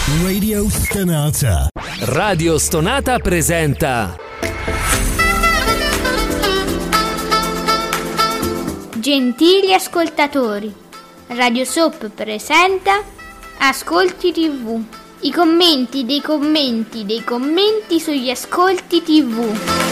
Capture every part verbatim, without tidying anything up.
Radio Stonata. Radio Stonata presenta Gentili ascoltatori, Radio Soap presenta Ascolti tivù. I commenti dei commenti dei commenti sugli ascolti tivù.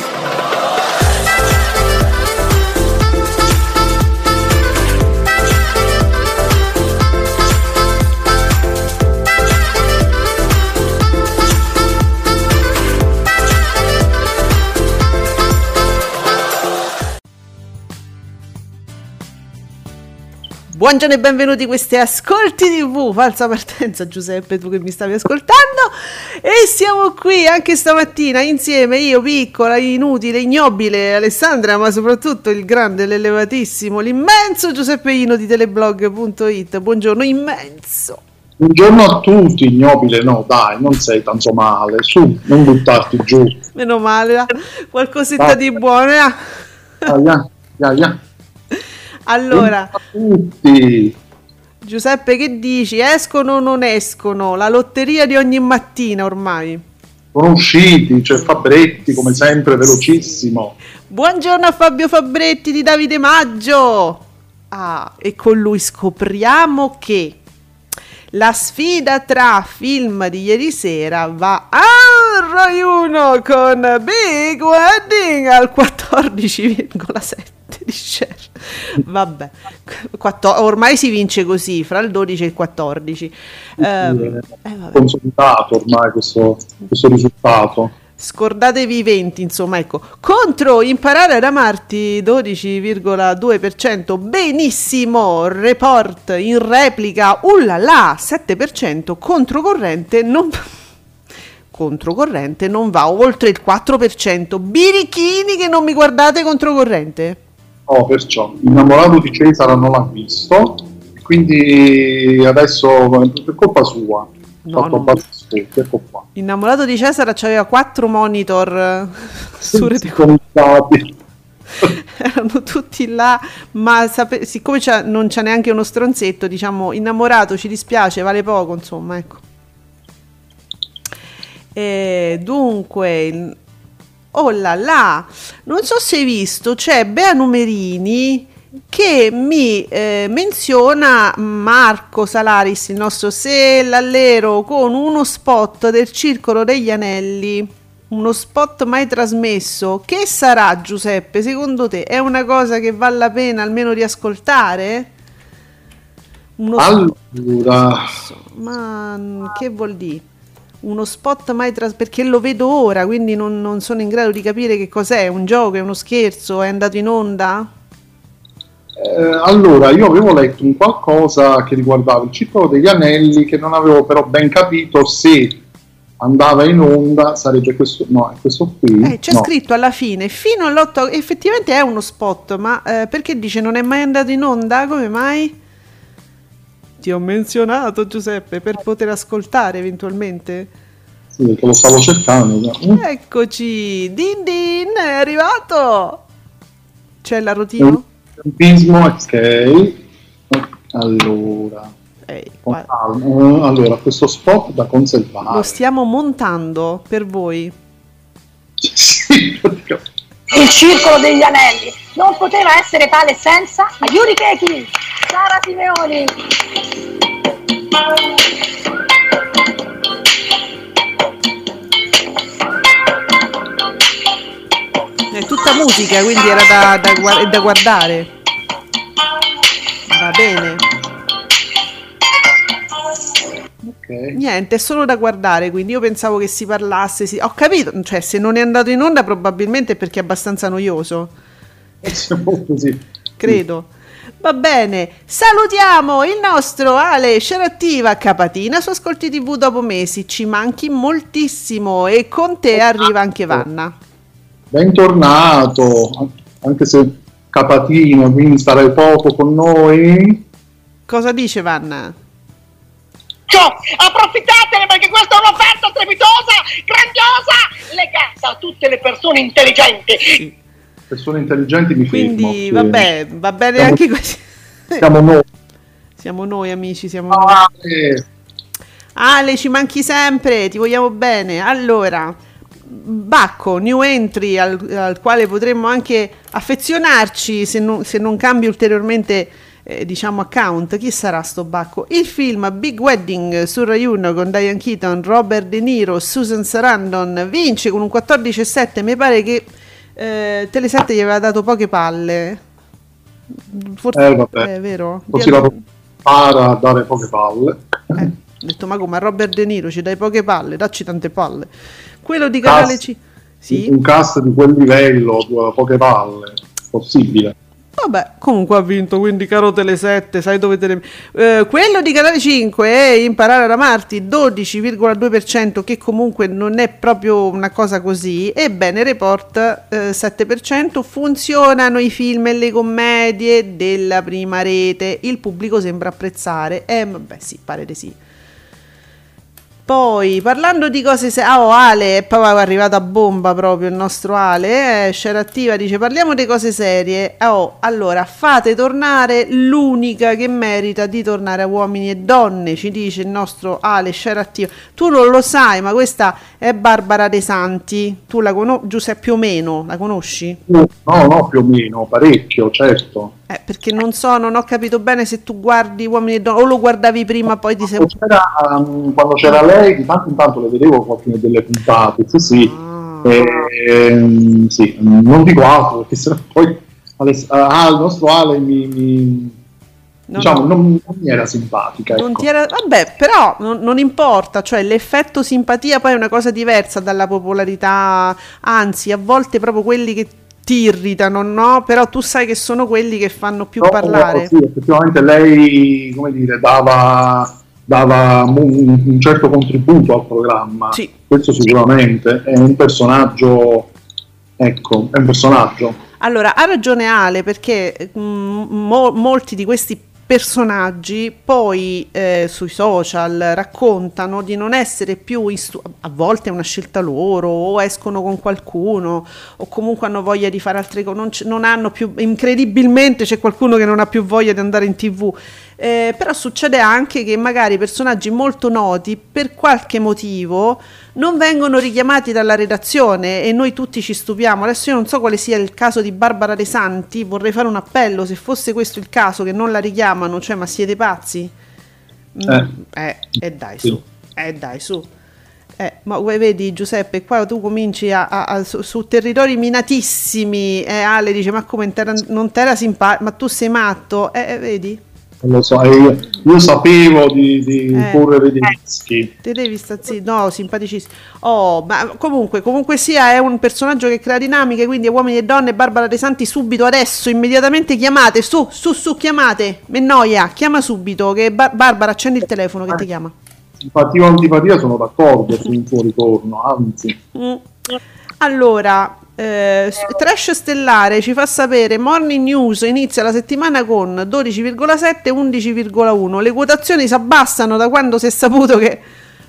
Buongiorno e benvenuti a questi Ascolti tivù, falsa partenza Giuseppe, tu che mi stavi ascoltando, e siamo qui anche stamattina insieme, io piccola, inutile, ignobile Alessandra, ma soprattutto il grande, l'elevatissimo, l'immenso Giuseppe Ino di teleblog punto it. Buongiorno immenso. Buongiorno a tutti, ignobile no, dai, non sei tanto male, su, non buttarti giù. Meno male, qualcosetta di buono. Eh? Ah, yeah, yeah, yeah. Allora, tutti. Giuseppe, che dici? Escono o non escono? La lotteria di ogni mattina ormai. Sono usciti, c'è Fabretti come sempre, velocissimo. Buongiorno a Fabio Fabretti di Davide Maggio. Ah, e con lui scopriamo che la sfida tra film di ieri sera va a Rai uno con Big Wedding al quattordici virgola sette di share. Vabbè, quattordici, ormai si vince così fra il dodici e il quattordici. È eh, consolidato ormai questo, questo risultato. Scordatevi i venti, insomma, ecco. Contro Imparare ad amarti dodici virgola due per cento, benissimo. Report in replica, ullala, sette per cento. Controcorrente non Controcorrente non va oltre il quattro per cento. Birichini che non mi guardate controcorrente. Oh, perciò innamorato di Cesare non l'ha visto, quindi adesso per colpa sua. No, no. Ecco qua. Innamorato di Cesare c'aveva quattro monitor su Rete erano tutti là, ma sape- siccome c'è, non c'è neanche uno stronzetto, diciamo innamorato, ci dispiace, vale poco, insomma, ecco. E dunque, oh là là, non so se hai visto, c'è Bea Numerini che mi eh, menziona Marco Salaris, il nostro sellallero, con uno spot del Circolo degli Anelli, uno spot mai trasmesso. Che sarà, Giuseppe, secondo te? È una cosa che vale la pena almeno di ascoltare? Uno allora spot, ma che vuol dire? Uno spot mai trasmesso? Perché lo vedo ora, quindi non, non sono in grado di capire che cos'è. Un gioco, è uno scherzo, è andato in onda? Eh, allora, io avevo letto un qualcosa che riguardava il Circolo degli Anelli, che non avevo però ben capito se andava in onda, sarebbe questo, no, è questo qui. Eh, c'è no. scritto alla fine, fino all'otto, effettivamente è uno spot, ma eh, perché dice non è mai andato in onda? Come mai? Ti ho menzionato, Giuseppe, per poter ascoltare eventualmente. Sì, perché lo stavo cercando. Mm. Eccoci, din din, è arrivato. C'è la rotina? Tempismo, ok. Allora, Ehi, allora, questo spot da conservare. Lo stiamo montando per voi. Sì, il Circolo degli Anelli non poteva essere tale senza Yuri Keki, Sara Simeoni. È tutta musica, quindi era da, da, da guardare. Va bene. Okay. Niente, è solo da guardare, quindi io pensavo che si parlasse, si... ho capito, cioè se non è andato in onda probabilmente è perché è abbastanza noioso. Così. Credo. Va bene, salutiamo il nostro Ale Scerattiva Capatina su Ascolti tivù dopo mesi, ci manchi moltissimo e con te arriva anche Vanna. Bentornato, anche se Capatino, quindi starai poco con noi. Cosa dice Vanna? Ciao, approfittatene perché questa è un'offerta strepitosa, grandiosa, legata a tutte le persone intelligenti. Sì. Persone intelligenti mi quindi fermo. vabbè, va bene siamo, anche così. Siamo noi. Siamo noi amici, siamo ah, noi. Eh. Ale, ci manchi sempre, ti vogliamo bene. Allora, Bacco, new entry al, al quale potremmo anche affezionarci se non, se non cambi ulteriormente eh, diciamo account. Chi sarà sto Bacco? Il film Big Wedding su Rai uno con Diane Keaton, Robert De Niro, Susan Sarandon vince con un quattordici virgola sette. Mi pare che eh, Telesette gli aveva dato poche palle. Forse eh, vabbè. è vero. Così la para a dare poche palle. Eh, ho detto, ma come a Robert De Niro ci dai poche palle, dacci tante palle. Quello di Canale C. Sì. Un cast di quel livello, poche palle, possibile. Vabbè, comunque ha vinto, quindi caro Telesette, sai dove te le... Eh, quello di Canale cinque è Imparare ad amarti, dodici virgola due per cento, che comunque non è proprio una cosa così. Ebbene, Report eh, sette per cento. Funzionano i film e le commedie della prima rete, il pubblico sembra apprezzare. Eh, vabbè, sì, pare di sì. Poi, parlando di cose se- ah, oh, Ale, è proprio arrivato a bomba proprio il nostro Ale, eh, Share Attiva dice parliamo di cose serie. Oh, allora, fate tornare l'unica che merita di tornare a Uomini e Donne, ci dice il nostro Ale, Share Attiva. Tu non lo sai, ma questa è Barbara De Santi. Tu la conosci, Giuseppe, più o meno, la conosci? No, no, più o meno, parecchio, certo. Eh, perché non so, non ho capito bene se tu guardi Uomini e Donne o lo guardavi prima, poi ti sei... Quando c'era, um, quando c'era lei, di tanto in tanto le vedevo qualcuno delle puntate, sì, sì. Ah. E, ehm, sì, non dico altro, perché sennò poi Aless- ah, il nostro Ale mi... mi No, diciamo, no. non, non mi era simpatica. Non ecco. ti era... Vabbè, però non, non importa, cioè l'effetto simpatia poi è una cosa diversa dalla popolarità, anzi a volte proprio quelli che ti irritano, no? Però tu sai che sono quelli che fanno più No, parlare. sì, effettivamente lei, come dire, dava, dava un, un certo contributo al programma, Sì. questo sicuramente, è un personaggio, ecco, è un personaggio. Allora, ha ragione Ale, perché mh, mo- molti di questi personaggi poi eh, sui social raccontano di non essere più in stu- a volte è una scelta loro, o escono con qualcuno o comunque hanno voglia di fare altre cose, non, c- non hanno più, incredibilmente c'è qualcuno che non ha più voglia di andare in tv, eh, però succede anche che magari personaggi molto noti per qualche motivo non vengono richiamati dalla redazione e noi tutti ci stupiamo. Adesso io non so quale sia il caso di Barbara De Santi, vorrei fare un appello, se fosse questo il caso, che non la richiamano, cioè ma siete pazzi? Mm, Eh. eh, eh dai Sì. su, eh dai su. Eh, ma vedi Giuseppe, qua tu cominci a, a- a- su, su territori minatissimi, eh, Ale dice ma come t'era- non t'era simpatico, ma tu sei matto, eh, eh, vedi? Non lo so, io, io sapevo di, di Eh. correre dei rischi. Te devi stare zitto, no, simpaticissimo. Oh, ma comunque, comunque sia, è un personaggio che crea dinamiche, quindi Uomini e Donne, Barbara De Santi, subito, adesso, immediatamente chiamate, su, su, su, chiamate, Mennoia, chiama subito, che Bar- Barbara, accendi il telefono che ti chiama. Simpatia o antipatia sono d'accordo su un suo ritorno, anzi. Mm. Allora, eh, Trash Stellare ci fa sapere Morning News inizia la settimana con dodici virgola sette, undici virgola uno. Le quotazioni si abbassano da quando si è saputo che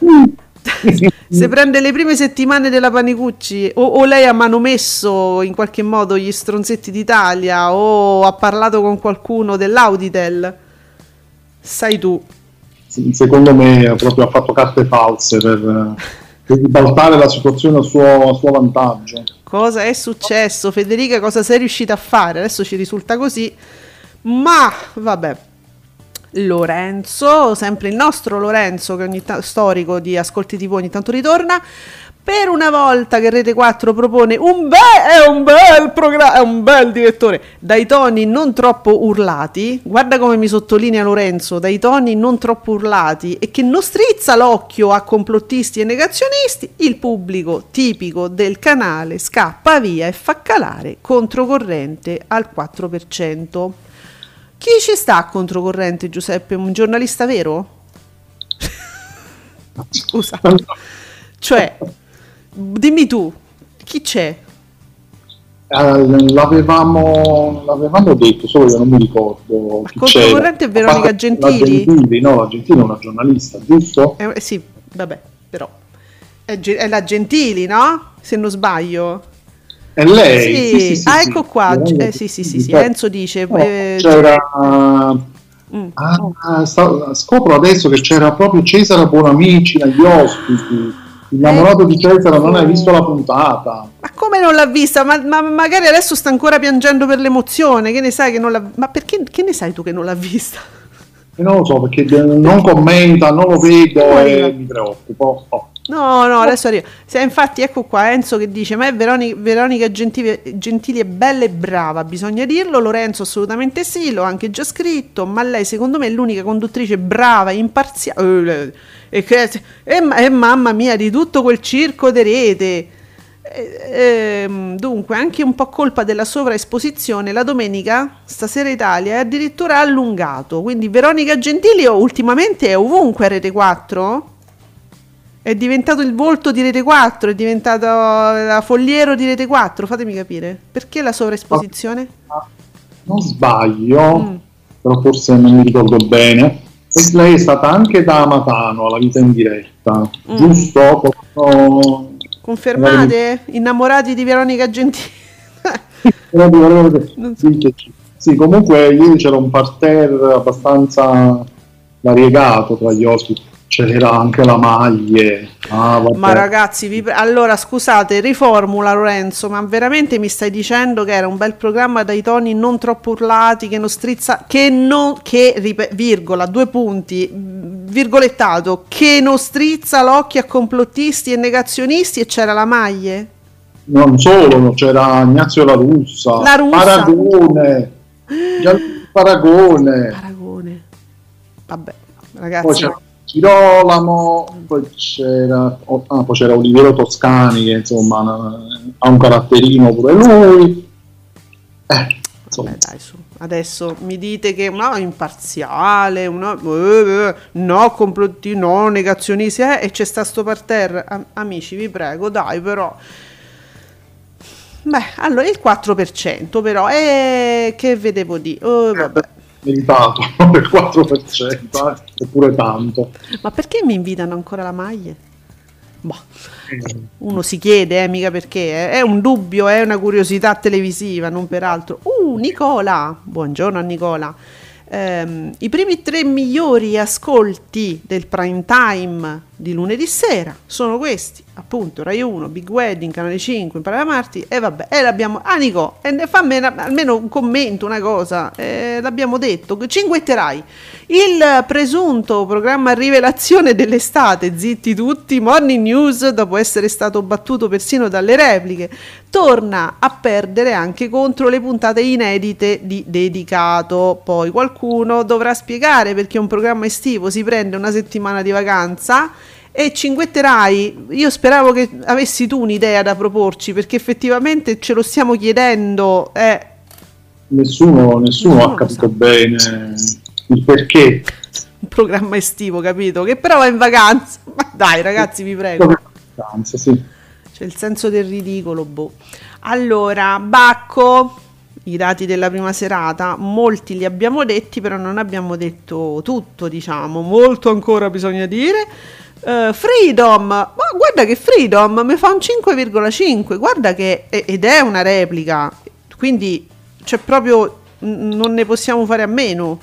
se prende le prime settimane della Panicucci o, o lei ha manomesso in qualche modo gli stronzetti d'Italia o ha parlato con qualcuno dell'Auditel, sai tu. Secondo me proprio ha fatto carte false per, per ribaltare la situazione a suo, a suo vantaggio. Cosa è successo? Federica, cosa sei riuscita a fare? Adesso ci risulta così, ma vabbè. Lorenzo, sempre il nostro Lorenzo, che ogni ta- storico di Ascolti tivù, ogni tanto ritorna. Per una volta che Rete quattro propone un bel, è un bel programma, è un bel direttore, dai toni non troppo urlati, guarda come mi sottolinea Lorenzo, dai toni non troppo urlati e che non strizza l'occhio a complottisti e negazionisti, il pubblico tipico del canale scappa via e fa calare controcorrente al quattro per cento. Chi ci sta a controcorrente, Giuseppe? Un giornalista vero? Scusa. Cioè, dimmi tu, chi c'è? Eh, l'avevamo, l'avevamo detto, solo che non mi ricordo chi c'era. Controcorrente è Veronica La- Gentili? La Gentili, no, la Gentili è una giornalista, giusto? Eh, sì, vabbè, però è, Ge- è la Gentili, no? Se non sbaglio. È lei? Sì, Sì, sì, sì, ah, sì. ecco qua. Veronica Eh, sì, sì, sì, sì. Gentili. Enzo dice No, eh, c'era, Mm. Ah, sta- scopro adesso che c'era proprio Cesare Bonamici negli ospiti. Innamorato di Cesare, non hai visto la puntata? Ma come non l'ha vista? Ma, ma magari adesso sta ancora piangendo per l'emozione. Che ne sai che non l'ha... Ma perché che ne sai tu che non l'ha vista? E non lo so, perché non commenta, non lo vedo e mi preoccupo. Oh. No, no, adesso arrivo. Se, infatti, ecco qua Enzo che dice: ma è Veronica, Veronica Gentili, Gentili è bella e brava, bisogna dirlo. Lorenzo assolutamente sì, l'ho anche già scritto. Ma lei secondo me è l'unica conduttrice brava, imparziale. E, che, e, e mamma mia, di tutto quel circo di rete. E, e, dunque, anche un po' colpa della sovraesposizione. La domenica, Stasera Italia, è addirittura allungato. Quindi Veronica Gentili ultimamente è ovunque a Rete quattro. È diventato il volto di Rete quattro, è diventato la fogliero di Rete quattro, fatemi capire. Perché la sovraesposizione? Non sbaglio, Mm. però forse non mi ricordo bene. E lei è stata anche da Amatano alla vita in diretta, Mm. giusto? Posso- Confermate? Innamorati di Veronica Gentili? Non so. Sì, comunque ieri c'era un parterre abbastanza variegato tra gli ospiti. C'era anche la maglie. Ah, vabbè. Ma ragazzi, vi pre- allora scusate, riformula Lorenzo, ma veramente mi stai dicendo che era un bel programma dai toni non troppo urlati, che non strizza, che non, che, rip- virgola, due punti, virgolettato, che non strizza l'occhio a complottisti e negazionisti e c'era la maglie? Non solo, c'era Ignazio La Russa, La Russa. Paragone, Gianluigi Paragone, Paragone. Vabbè, poi ragazzi, c'era Girolamo, poi c'era, oh, ah, poi c'era Oliviero Toscani che insomma ha un caratterino pure lui. Eh, insomma. vabbè, dai, su. Adesso mi dite che no, imparziale, uno, eh, eh, no, complotti, no, negazionisti, eh, e c'è sta sto parterre. Am- amici, vi prego, dai, però. Beh, allora il quattro per cento però, eh, che vedevo di... Oh, vabbè. Meritato il quattro per cento, eh, eppure tanto. Ma perché mi invitano ancora la maglia? Boh. Uno si chiede, eh, mica perché, eh. È un dubbio, è una curiosità televisiva, non per altro. Uh, Nicola, buongiorno a Nicola. Ehm, i primi tre migliori ascolti del prime time di lunedì sera sono questi, appunto, Rai uno, Big Wedding, Canale cinque, Imparare a Marti, e vabbè, e l'abbiamo, ah Nico, e fammi una- almeno un commento, una cosa, eh, l'abbiamo detto, cinguetterai, il presunto programma rivelazione dell'estate, zitti tutti, Morning News, dopo essere stato battuto persino dalle repliche, torna a perdere anche contro le puntate inedite di Dedicato. Poi qualcuno dovrà spiegare perché un programma estivo si prende una settimana di vacanza. E cinguetterai, io speravo che avessi tu un'idea da proporci, perché effettivamente ce lo stiamo chiedendo. Eh. Nessuno, nessuno Nessuno ha lo capito sa. bene il perché. Un programma estivo, capito? Che però va in vacanza. Ma dai, ragazzi, vi prego. Anzi, sì. C'è il senso del ridicolo, boh. Allora, Bacco, i dati della prima serata, molti li abbiamo detti, però non abbiamo detto tutto, diciamo. Molto ancora bisogna dire. Uh, Freedom, ma guarda che Freedom mi fa un cinque virgola cinque, guarda che, ed è una replica, quindi c'è proprio, non ne possiamo fare a meno.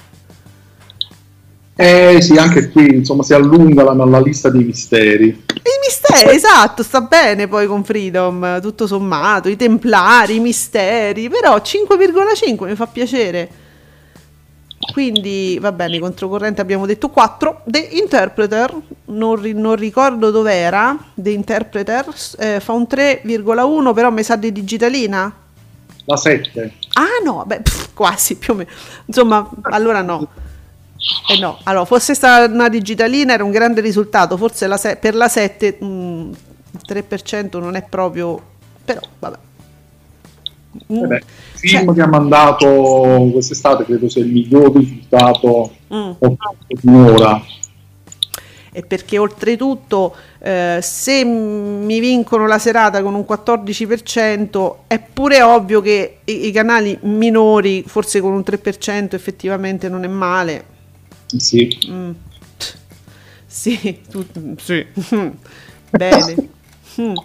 Eh sì, anche qui insomma si allunga la, la lista dei misteri. I misteri, esatto, sta bene poi con Freedom, tutto sommato, i templari, i misteri, però cinque virgola cinque mi fa piacere. Quindi va bene, controcorrente abbiamo detto quattro. The Interpreter, non, ri- non ricordo dov'era, The Interpreter, eh, fa un tre virgola uno, però mi sa di digitalina. La sette. Ah no, beh, pff, quasi più o meno. Insomma, allora no. Eh no, allora fosse stata una digitalina era un grande risultato, forse la se- per la sette mh, il tre per cento non è proprio, però vabbè. Mm, Eh beh, il film cioè- che ha mandato quest'estate credo sia il miglior risultato Mm. ottenuto finora. E perché oltretutto eh, se mi vincono la serata con un quattordici per cento è pure ovvio che i, i canali minori forse con un tre per cento effettivamente non è male. Sì. Mm. Sì, tu, sì. Bene. Mm.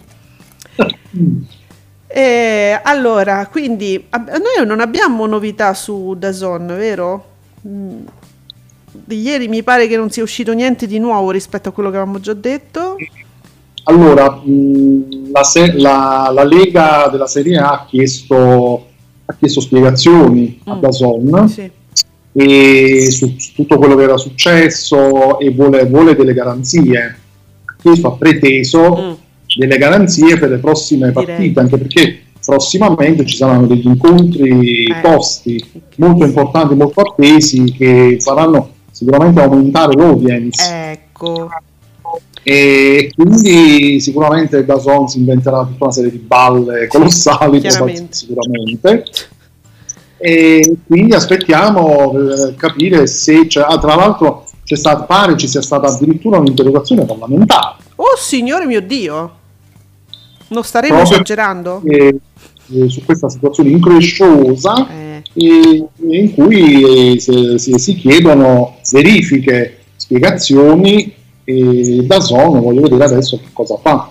E allora, quindi ab- noi non abbiamo novità su DAZN, vero? Mm. di ieri mi pare che non sia uscito niente di nuovo rispetto a quello che avevamo già detto. Allora, mh, la, se- la, la Lega della Serie A ha chiesto, ha chiesto spiegazioni Mm. a DAZN Sì. e su, su tutto quello che era successo e vuole, vuole delle garanzie. Ha chiesto, ha preteso Mm. delle garanzie per le prossime Direi. partite, anche perché prossimamente ci saranno degli incontri Eh. tosti molto importanti, molto attesi, che faranno sicuramente aumentare l'audience. Ecco. E quindi sicuramente DAZN si inventerà tutta una serie di balle colossali, chiaramente. sicuramente. E quindi aspettiamo per capire se c'è, ah, tra l'altro c'è stata, pare ci sia stata addirittura un'interrogazione parlamentare. Oh signore mio Dio, non staremo Proprio esagerando? eh, eh, su questa situazione incresciosa Eh, e, e in cui eh, si, si- si chiedono verifiche, spiegazioni, e DAZN voglio vedere adesso che cosa fa.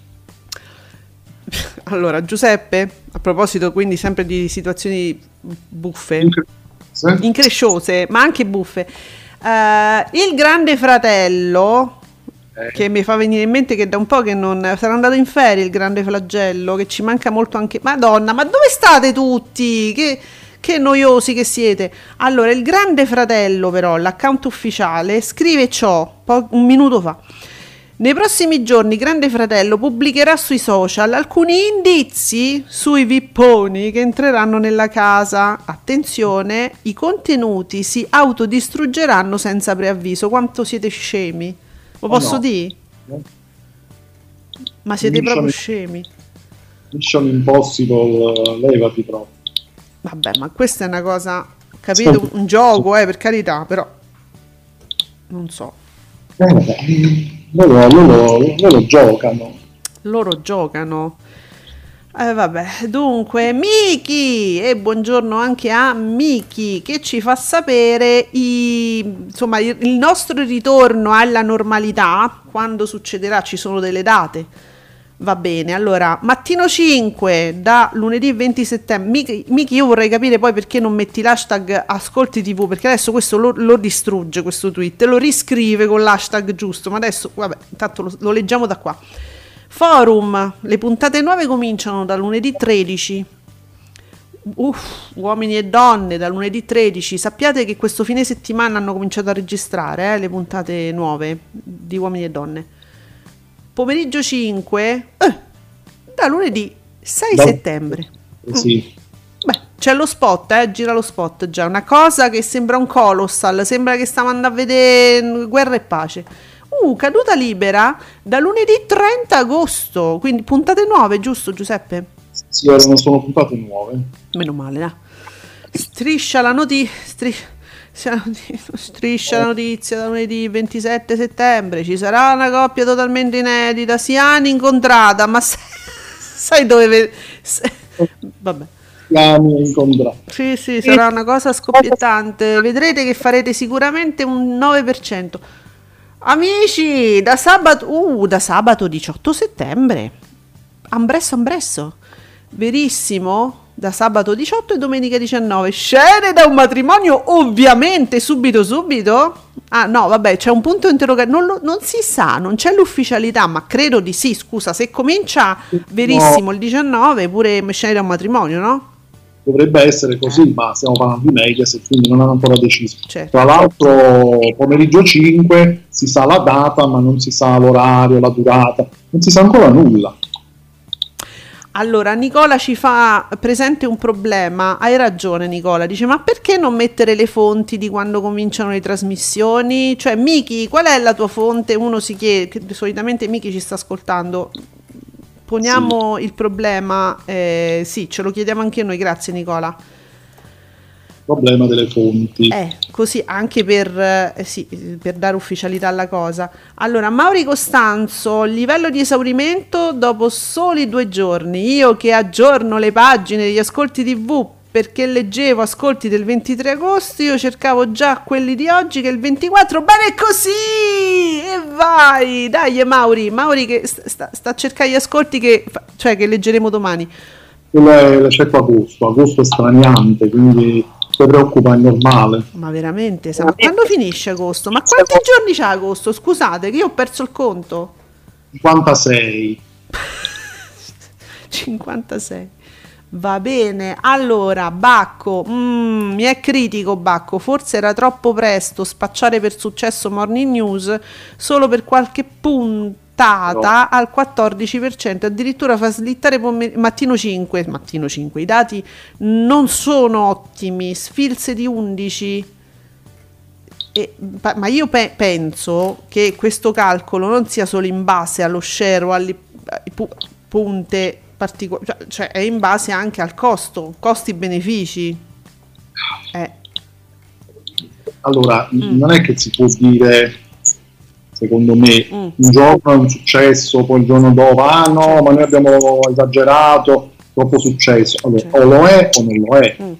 allora Giuseppe, a proposito quindi sempre di situazioni buffe, Incre- sì? incresciose, ma anche buffe, eh, il Grande Fratello, Eh. che mi fa venire in mente che da un po' che non sarà andato in ferie, il Grande Flagello, che ci manca molto anche. Madonna, ma dove state tutti? Che, che noiosi che siete. Allora, il Grande Fratello, però, l'account ufficiale, scrive ciò po- un minuto fa. Nei prossimi giorni Grande Fratello pubblicherà sui social alcuni indizi sui vipponi che entreranno nella casa. Attenzione, i contenuti si autodistruggeranno senza preavviso. Quanto siete scemi? Lo Oh, posso no. dire? Ma siete Mission- proprio scemi. Mission Impossible, levati proprio. Vabbè, ma questa è una cosa, capito? Un gioco, eh, per carità, però non so. Eh, vabbè. Loro, loro, loro giocano. Loro giocano. Eh, vabbè, dunque, Miki, e buongiorno anche a Miki che ci fa sapere i, insomma, il, il nostro ritorno alla normalità, quando succederà, ci sono delle date. Va bene, allora, mattino cinque da lunedì venti settembre. Miki, Miki, io vorrei capire poi perché non metti l'hashtag Ascolti tivù, perché adesso questo lo, lo distrugge, questo tweet, lo riscrive con l'hashtag giusto, ma adesso, vabbè, intanto lo, lo leggiamo da qua. Forum, le puntate nuove cominciano da lunedì tredici. Uff, uomini e donne, da lunedì tredici. Sappiate che questo fine settimana hanno cominciato a registrare eh, le puntate nuove di uomini e donne. Pomeriggio cinque, eh, da lunedì sei Da- settembre. Eh, sì. Beh, c'è lo spot, eh, gira lo spot già, una cosa che sembra un colossal, sembra che stiamo andando a vedere Guerra e Pace. Uh, caduta libera da lunedì trenta agosto, quindi puntate nuove, giusto Giuseppe? Sì, erano, sono puntate nuove. Meno male, no? Striscia la notizia, striscia la notizia da lunedì ventisette settembre, ci sarà una coppia totalmente inedita, Siani incontrata, ma sai, sai dove... ve- se- Vabbè. Piani incontrati. Sì, sì, sarà una cosa scoppiettante. Vedrete che farete sicuramente un nove per cento. Amici, da sabato, uh, da sabato diciotto settembre. Ambresso, ambresso. Verissimo. Da sabato diciotto e domenica diciannove. Scene da un matrimonio, ovviamente, subito, subito. Ah, no, vabbè, c'è un punto interrogativo. Non, lo- non si sa, non c'è l'ufficialità, ma credo di sì. Scusa, se comincia verissimo il diciannove, pure scene da un matrimonio, no? Dovrebbe essere così, ma stiamo parlando di Mediaset, quindi non hanno ancora deciso. Certo. Tra l'altro, pomeriggio cinque si sa la data, ma non si sa l'orario, la durata, non si sa ancora nulla. Allora, Nicola ci fa presente un problema. Hai ragione, Nicola. Dice: ma perché non mettere le fonti di quando cominciano le trasmissioni? Cioè, Miki, qual è la tua fonte? Uno si chiede, che solitamente Miki ci sta ascoltando. Poniamo il problema, eh, sì, ce lo chiediamo anche noi. Grazie, Nicola. Problema delle fonti. Eh, così anche per, eh, sì, per dare ufficialità alla cosa. Allora, Mauri Costanzo, livello di esaurimento dopo soli due giorni. Io che aggiorno le pagine degli ascolti tivù perché leggevo ascolti del ventitré agosto, io cercavo già quelli di oggi che è il ventiquattro. Bene così! E vai! Dai, Mauri, Mauri che sta, sta, sta a cercare gli ascolti che, cioè, che leggeremo domani. Quello è l'effetto agosto, agosto è straniante, quindi ti preoccupa, è normale. Ma veramente? Ma quando finisce agosto? Ma quanti giorni c'ha agosto? Scusate, che io ho perso il conto. cinquantasei. cinquantasei. Va bene, allora Bacco, mm, mi è critico Bacco, forse era troppo presto spacciare per successo Morning News solo per qualche puntata no. al quattordici per cento, addirittura fa slittare pomer- mattino cinque, mattino cinque, i dati non sono ottimi, sfilze di undici, e, ma io pe- penso che questo calcolo non sia solo in base allo share o alle pu- punte partico- cioè, cioè è in base anche al costo, costi-benefici. Eh. Allora, Mm. non è che si può dire, secondo me, Mm. un giorno è un successo, poi il giorno dopo, ah no, ma noi abbiamo esagerato, troppo successo. Allora, Certo. o lo è o non lo è. Mm.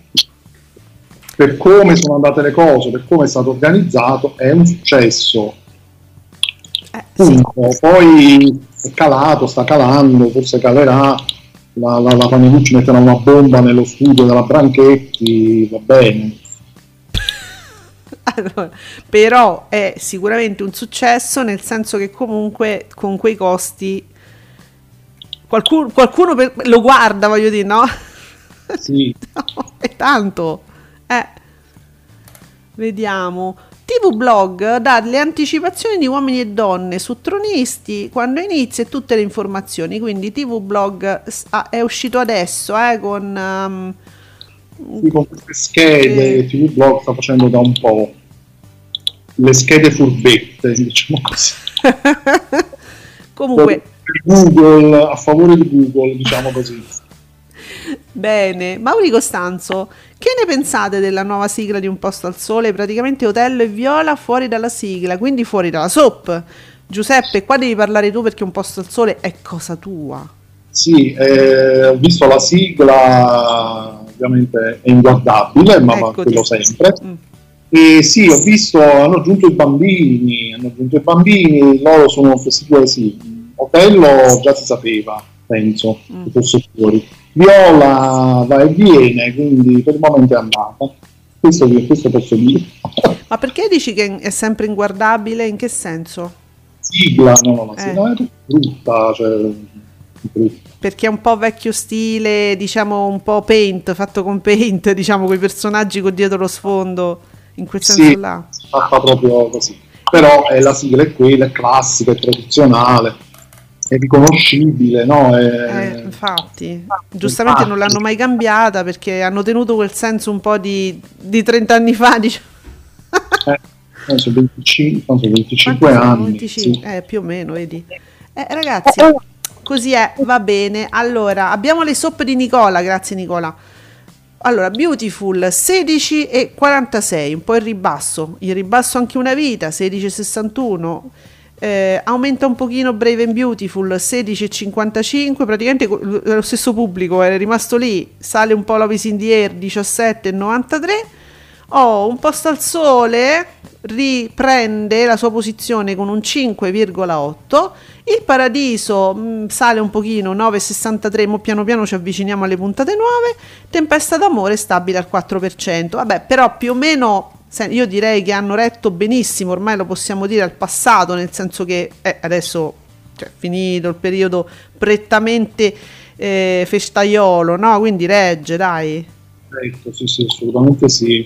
Per come sono andate le cose, per come è stato organizzato, è un successo. Eh, sì. Punto. Poi è calato, sta calando, forse calerà. La, la, la Panicucci metterà una bomba nello studio della Branchetti, va bene. Allora, però è sicuramente un successo, nel senso che comunque con quei costi qualcuno, qualcuno per- lo guarda, voglio dire, no? Sì. No, è tanto. Eh. Vediamo. T V Blog dà le anticipazioni di Uomini e Donne su Tronisti quando inizia e tutte le informazioni, quindi T V Blog s- ah, è uscito adesso eh, con um, Sì, con queste schede eh, T V Blog sta facendo da un po' le schede furbette, diciamo così. comunque Per Google, a favore di Google, diciamo così. bene. Mauri Costanzo, che ne pensate della nuova sigla di Un Posto al Sole? Praticamente Otello e Viola fuori dalla sigla, quindi fuori dalla soap. Giuseppe, qua devi parlare tu perché Un Posto al Sole è cosa tua. Sì, eh, ho visto la sigla, ovviamente è inguardabile, ma ma Eccoti. quello sempre. Mm. E sì, ho visto, hanno aggiunto i bambini, hanno aggiunto i bambini, loro sono questi due, sì. Otello già si sapeva, penso, Mm. che fosse fuori. Viola va e viene, quindi per il momento è andata. Questo, questo posso dire. Ma perché dici che è sempre inguardabile? In che senso? Sigla, no, no, la Eh. sigla è brutta, cioè, brutta. Perché è un po' vecchio stile, diciamo un po' paint, fatto con paint, diciamo con i personaggi con dietro lo sfondo, in quel senso Sì, là. fatta proprio così. Però è la sigla è quella, è classica, è tradizionale, è riconoscibile, no? È... Eh, infatti, giustamente non l'hanno mai cambiata perché hanno tenuto quel senso un po' di, di trenta anni fa, diciamo. Eh, no, sono venticinque, no, sono venticinque Quanti sono? anni. venticinque? Sì. Eh, più o meno, vedi. Eh, ragazzi, così è, va bene. Allora, abbiamo le soap di Nicola, grazie Nicola. Allora, Beautiful sedici e quarantasei, un po' il ribasso, il ribasso anche una vita, sedici e sessantuno, eh, aumenta un pochino Brave and Beautiful, sedici e cinquantacinque, praticamente co- lo stesso pubblico è rimasto lì, sale un po' Love is in the Air, diciassette e novantatré, oh, Un Posto al Sole riprende la sua posizione con un cinque virgola otto, Il Paradiso mh, sale un pochino, nove virgola sessantatré, mo piano piano ci avviciniamo alle puntate nuove, Tempesta d'amore stabile al quattro per cento, vabbè, però più o meno se- io direi che hanno retto benissimo, ormai lo possiamo dire al passato, nel senso che eh, adesso cioè, finito il periodo prettamente eh, festaiolo, no? Quindi regge, dai. Ecco, sì, sì, assolutamente sì.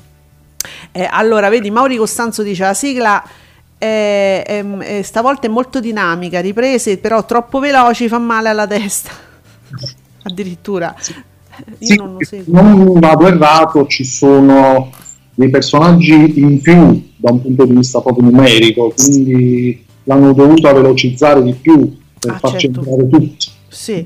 Eh, allora, vedi, Mauri Costanzo dice la sigla è, è- è- stavolta è molto dinamica, riprese però troppo veloci, fa male alla testa. Addirittura. Io Sì, non lo seguo. non vado errato, ci sono dei personaggi in più da un punto di vista proprio numerico, quindi l'hanno dovuto velocizzare di più per Ah, farci certo. entrare tutti. Sì.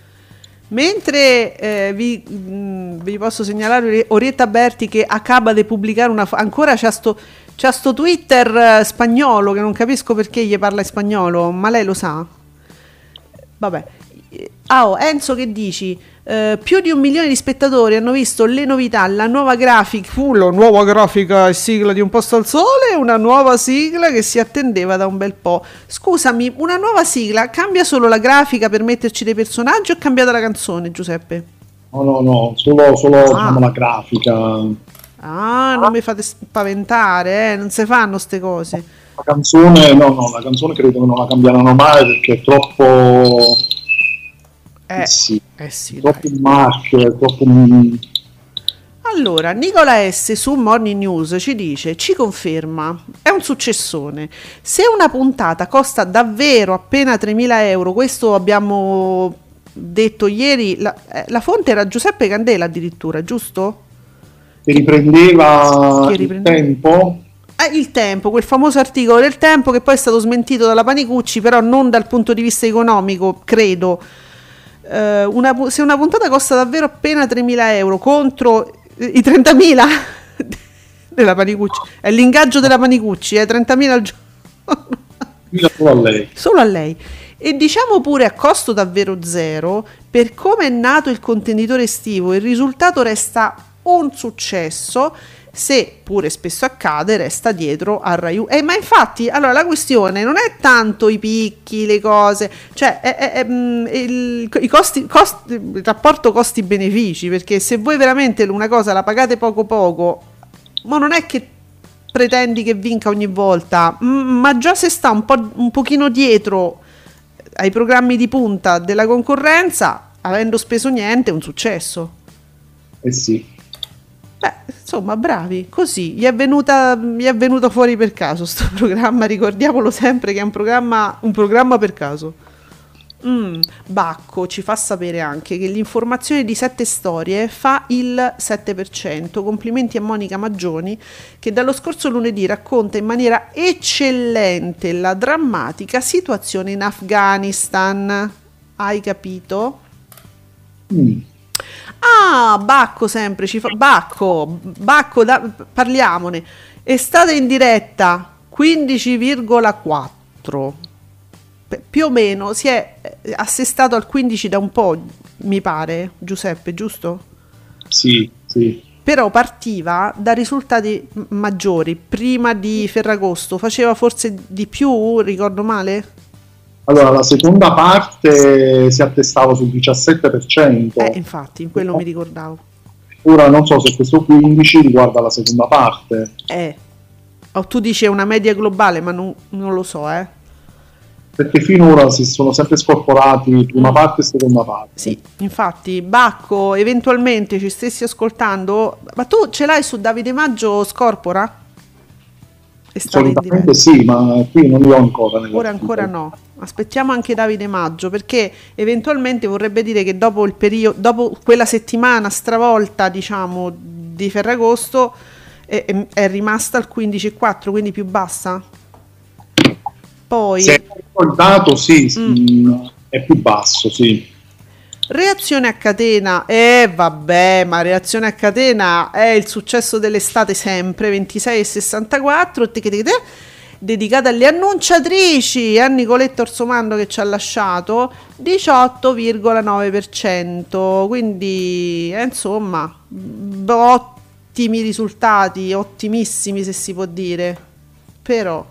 Mentre eh, vi, mh, vi posso segnalare Ori- Orietta Berti che acaba di pubblicare una... fo- ancora c'ha sto, c'ha sto Twitter eh, spagnolo che non capisco perché gli parla in spagnolo, ma lei lo sa? Vabbè. Ah, oh, Enzo, che dici? Eh, più di un milione di spettatori hanno visto le novità, la nuova grafica, fu la nuova grafica e sigla di Un Posto al Sole, una nuova sigla che si attendeva da un bel po'. Scusami, una nuova sigla cambia solo la grafica per metterci dei personaggi o è cambiata la canzone, Giuseppe? No, no, no, solo, solo Ah. diciamo, la grafica. Ah, non mi fate spaventare, eh? Non si fanno ste cose. La canzone, no, no, la canzone credo che non la cambieranno mai perché è troppo... Eh, sì, eh sì, troppo dai. un marchio, è troppo un... Allora, Nicola S su Morning News ci dice, ci conferma, è un successone. Se una puntata costa davvero appena tremila euro, questo abbiamo detto ieri, la, eh, la fonte era Giuseppe Candela addirittura, giusto? che riprendeva Che il riprendeva- tempo. Eh, il Tempo, quel famoso articolo del Tempo che poi è stato smentito dalla Panicucci, però non dal punto di vista economico, credo. Eh, una pu- se una puntata costa davvero appena tremila euro contro eh, i trentamila della Panicucci, è l'ingaggio della Panicucci, eh, trentamila al giorno. Mila solo a lei. Solo a lei. E diciamo pure a costo davvero zero, per come è nato il contenitore estivo, il risultato resta un successo, se pure spesso accade resta dietro a Rai uno. Eh, ma infatti, allora la questione non è tanto i picchi, le cose, cioè è, è- è, mm, il, i costi, costi, il rapporto costi-benefici, perché se voi veramente una cosa la pagate poco poco, ma non è che pretendi che vinca ogni volta, mm, ma già se sta un po' un pochino dietro ai programmi di punta della concorrenza, avendo speso niente, è un successo. Eh sì. Beh, insomma, bravi, così gli è venuta, gli è venuto fuori per caso sto programma, ricordiamolo sempre che è un programma, un programma per caso. Mm, Bacco ci fa sapere anche che l'informazione di Sette Storie fa il sette per cento. Complimenti a Monica Maggioni che dallo scorso lunedì racconta in maniera eccellente la drammatica situazione in Afghanistan. Hai capito? Mm. Ah, Bacco sempre ci fa Bacco, Bacco da- parliamone. Estate in diretta quindici virgola quattro. P- più o meno si è eh, assestato al quindici da un po', mi pare, Giuseppe, giusto? Sì, sì. Però partiva da risultati m- maggiori. Prima di Ferragosto faceva forse di più, ricordo male? Allora, la seconda parte si attestava sul diciassette per cento. Eh, infatti, in quello mi ricordavo. Ora non so se questo quindici riguarda la seconda parte. Eh. Oh, tu dici è una media globale, ma non, non lo so, eh. Perché finora si sono sempre scorporati prima parte e seconda parte. Sì, infatti, Bacco, eventualmente ci stessi ascoltando, ma tu ce l'hai su Davide Maggio Scorpora? Estate in diretta. Solitamente sì, ma qui non li ho ancora. nella Ora ancora no. Aspettiamo anche Davide Maggio, perché eventualmente vorrebbe dire che dopo il periodo, dopo quella settimana stravolta, diciamo, di Ferragosto, è, è- è rimasta al quindici virgola quattro, quindi più bassa. Poi Se il dato sì, Mm. mm, è più basso, sì. reazione a catena, eh vabbè, ma reazione a catena è il successo dell'estate sempre, ventisei virgola sessantaquattro, tic, tic, tic, dedicata alle annunciatrici, a Nicoletta Orsomando che ci ha lasciato, diciotto virgola nove per cento, quindi eh, insomma, b- ottimi risultati, ottimissimi se si può dire, però...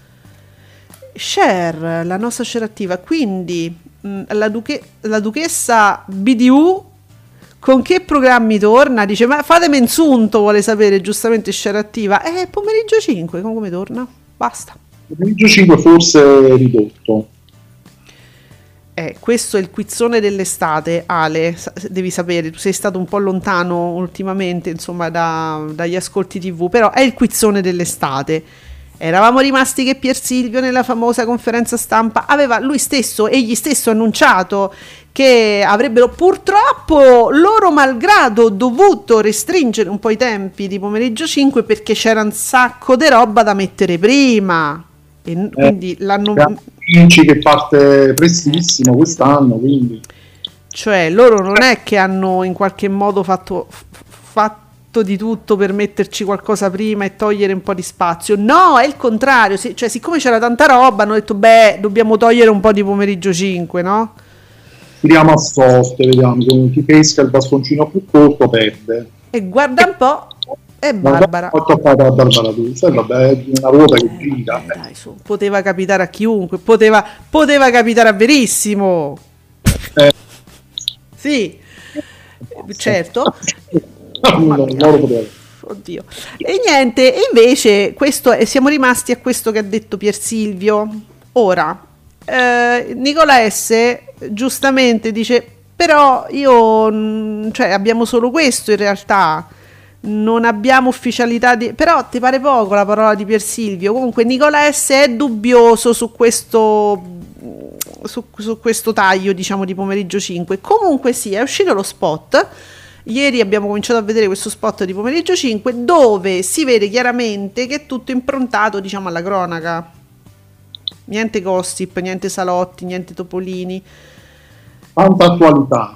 Share, la nostra share attiva, quindi mh, la, duche- la duchessa B D U con che programmi torna? Dice, ma fatemi un sunto, vuole sapere giustamente share attiva. Eh, pomeriggio cinque, come torna? Basta. Il pomeriggio cinque forse ridotto. Eh, questo è il quizzone dell'estate, Ale, sa- devi sapere, tu sei stato un po' lontano ultimamente, insomma, da- dagli ascolti tivù, però è il quizzone dell'estate. Eravamo rimasti che Pier Silvio nella famosa conferenza stampa aveva lui stesso, egli stesso annunciato che avrebbero purtroppo loro malgrado dovuto restringere un po' i tempi di pomeriggio cinque perché c'era un sacco di roba da mettere prima. E n- quindi l'hanno... Vinci che parte prestissimo quest'anno, quindi Cioè loro non è che hanno in qualche modo fatto, f- fatto di tutto per metterci qualcosa prima e togliere un po' di spazio, no, è il contrario, sì, cioè siccome c'era tanta roba hanno detto beh dobbiamo togliere un po' di pomeriggio cinque, no? tiriamo a sorte, vediamo, con chi pesca il bastoncino più corto perde. E guarda un po', e Barbara Ho toccato la Barbara D'Urso, e vabbè, è una ruota che gira. Eh, dai, su, poteva capitare a chiunque, poteva, poteva capitare a Verissimo, Eh, sì. certo. non, non lo potevo. Oddio. E niente, invece questo, e siamo rimasti a questo che ha detto Pier Silvio. Ora, eh, Nicola S giustamente dice, però io, cioè abbiamo solo questo in realtà, non abbiamo ufficialità di... Però ti pare poco la parola di Pier Silvio? Comunque Nicola S è dubbioso su questo, su, su questo taglio, diciamo, di pomeriggio cinque. Comunque sì, è uscito lo spot. Ieri abbiamo cominciato a vedere questo spot di pomeriggio cinque, dove si vede chiaramente che è tutto improntato, diciamo, alla cronaca. Niente gossip, niente salotti, niente topolini. Tanta attualità.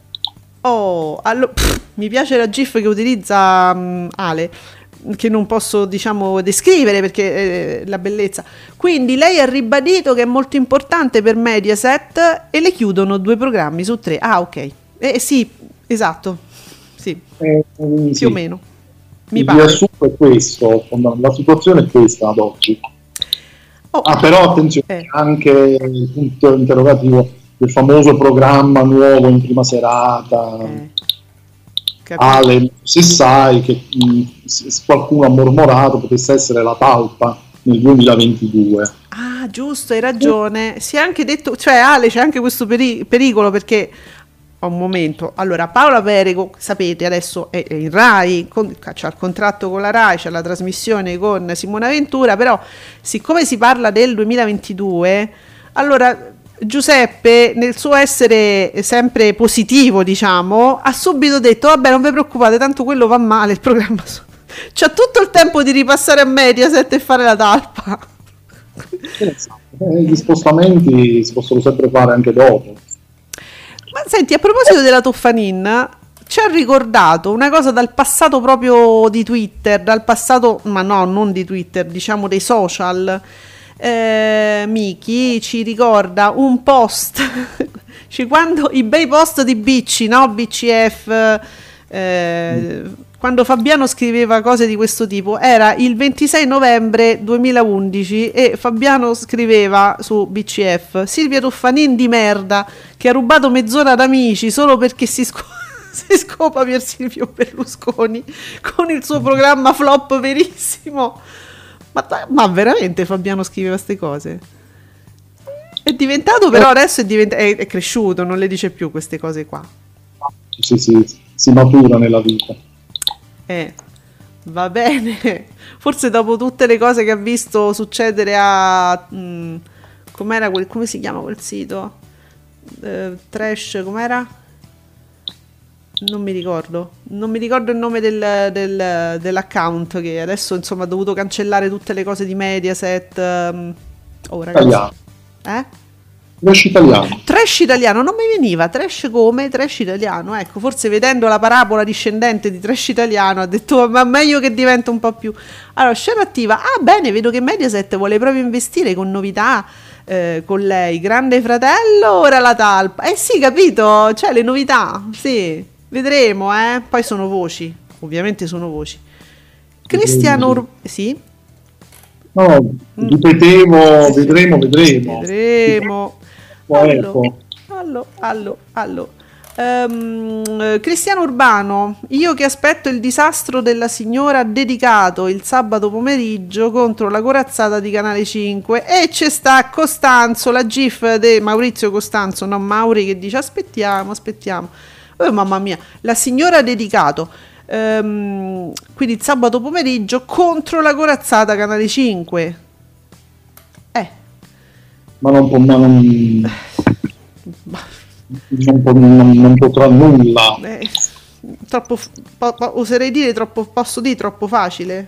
Oh, allo- pff, mi piace la gif che utilizza um, Ale, che non posso, diciamo, descrivere perché eh, la bellezza. Quindi lei ha ribadito che è molto importante per Mediaset e le chiudono due programmi su tre. Ah, ok. Eh, sì, esatto. Sì, Eh, più sì. o meno. Mi Il pare. riassunto è questo, la situazione è questa ad oggi. Oh, Ah, però attenzione, eh. anche il punto interrogativo del famoso programma nuovo in prima serata. eh, capito. Ale, se sai che mh, se qualcuno ha mormorato potesse essere la talpa nel duemilaventidue. Ah, giusto, hai ragione. Si è anche detto, cioè Ale, c'è anche questo peri- pericolo perché un momento. Allora, Paola Perego, sapete, adesso è è in Rai, con, c'ha il contratto con la Rai, c'è la trasmissione con Simona Ventura, però siccome si parla del duemilaventidue, allora Giuseppe, nel suo essere sempre positivo, diciamo, ha subito detto, vabbè, non vi preoccupate, tanto quello va male, il programma c'ha tutto il tempo di ripassare a Mediaset e fare la talpa. Eh, gli spostamenti si possono sempre fare anche dopo. Ma senti, a proposito della Toffanin, ci ha ricordato una cosa dal passato proprio di Twitter, dal passato, ma no, non di Twitter, diciamo dei social. Eh, Miki ci ricorda un post, cioè quando i bei post di Bicci, no? B C F, eh, quando Fabiano scriveva cose di questo tipo, era il ventisei novembre duemilaundici e Fabiano scriveva su B C F: Silvia Toffanin di merda che ha rubato mezz'ora ad Amici solo perché si, sco- si scopa Pier Silvio Berlusconi con il suo programma flop verissimo. Ma, ma veramente Fabiano scriveva queste cose? È diventato, però adesso è, divent- è, è cresciuto, non le dice più queste cose qua. Sì, sì, si matura nella vita. Eh, va bene. Forse dopo tutte le cose che ha visto succedere a... Mh, com'era quel... come si chiama quel sito? Eh, trash, com'era? Non mi ricordo. Non mi ricordo il nome del, del, dell'account, che adesso insomma ha dovuto cancellare tutte le cose di Mediaset. Um, oh ragazzi. Italiano. Eh? Trash italiano. Trash italiano, non mi veniva, trash come? Trash italiano, ecco, forse vedendo la parabola discendente di trash italiano ha detto, ma meglio che diventa un po' più... Allora, scena attiva, ah bene, vedo che Mediaset vuole proprio investire con novità eh, con lei, Grande Fratello, ora la talpa, eh sì, capito, cioè le novità, sì, vedremo, eh, poi sono voci, ovviamente sono voci. Cristiano Ur... sì? No, ripetevo, vedremo, vedremo. Vedremo. Ecco. Allo, allo, allo. Um, Cristiano Urbano, io che aspetto il disastro della signora dedicato il sabato pomeriggio contro la corazzata di Canale cinque, e c'è sta Costanzo, la gif di Maurizio Costanzo, no Mauri, che dice aspettiamo, aspettiamo. Oh mamma mia, la signora dedicato, um, quindi il sabato pomeriggio contro la corazzata Canale cinque. Eh. Ma non, può, ma non, non, può, non, non potrà nulla. Eh, troppo, po, po, oserei dire troppo, posso dire troppo facile.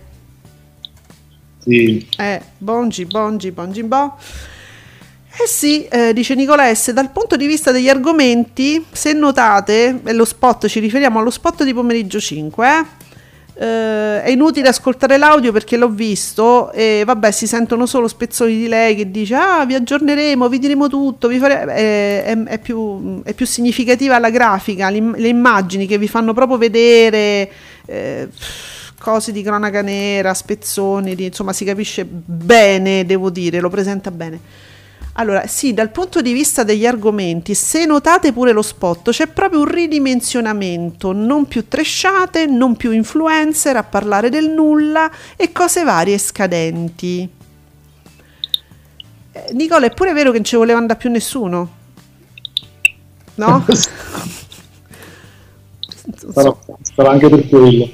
Sì. Eh, bongi, bongi, bongi, bo. Eh sì, eh, dice Nicola S, dal punto di vista degli argomenti, se notate, e lo spot, ci riferiamo allo spot di pomeriggio cinque, eh? Uh, è inutile ascoltare l'audio perché l'ho visto e vabbè, si sentono solo spezzoni di lei che dice ah vi aggiorneremo, vi diremo tutto, vi fare... è, è, è, più, è più significativa la grafica, le immagini che vi fanno proprio vedere eh, cose di cronaca nera, spezzoni di, insomma si capisce bene, devo dire, lo presenta bene. Allora, sì, dal punto di vista degli argomenti, se notate pure lo spot, c'è proprio un ridimensionamento, non più tresciate, non più influencer a parlare del nulla e cose varie e scadenti. Eh, Nicola, è pure vero che non ci voleva andare più nessuno? No? Sarà, sarà anche per quello.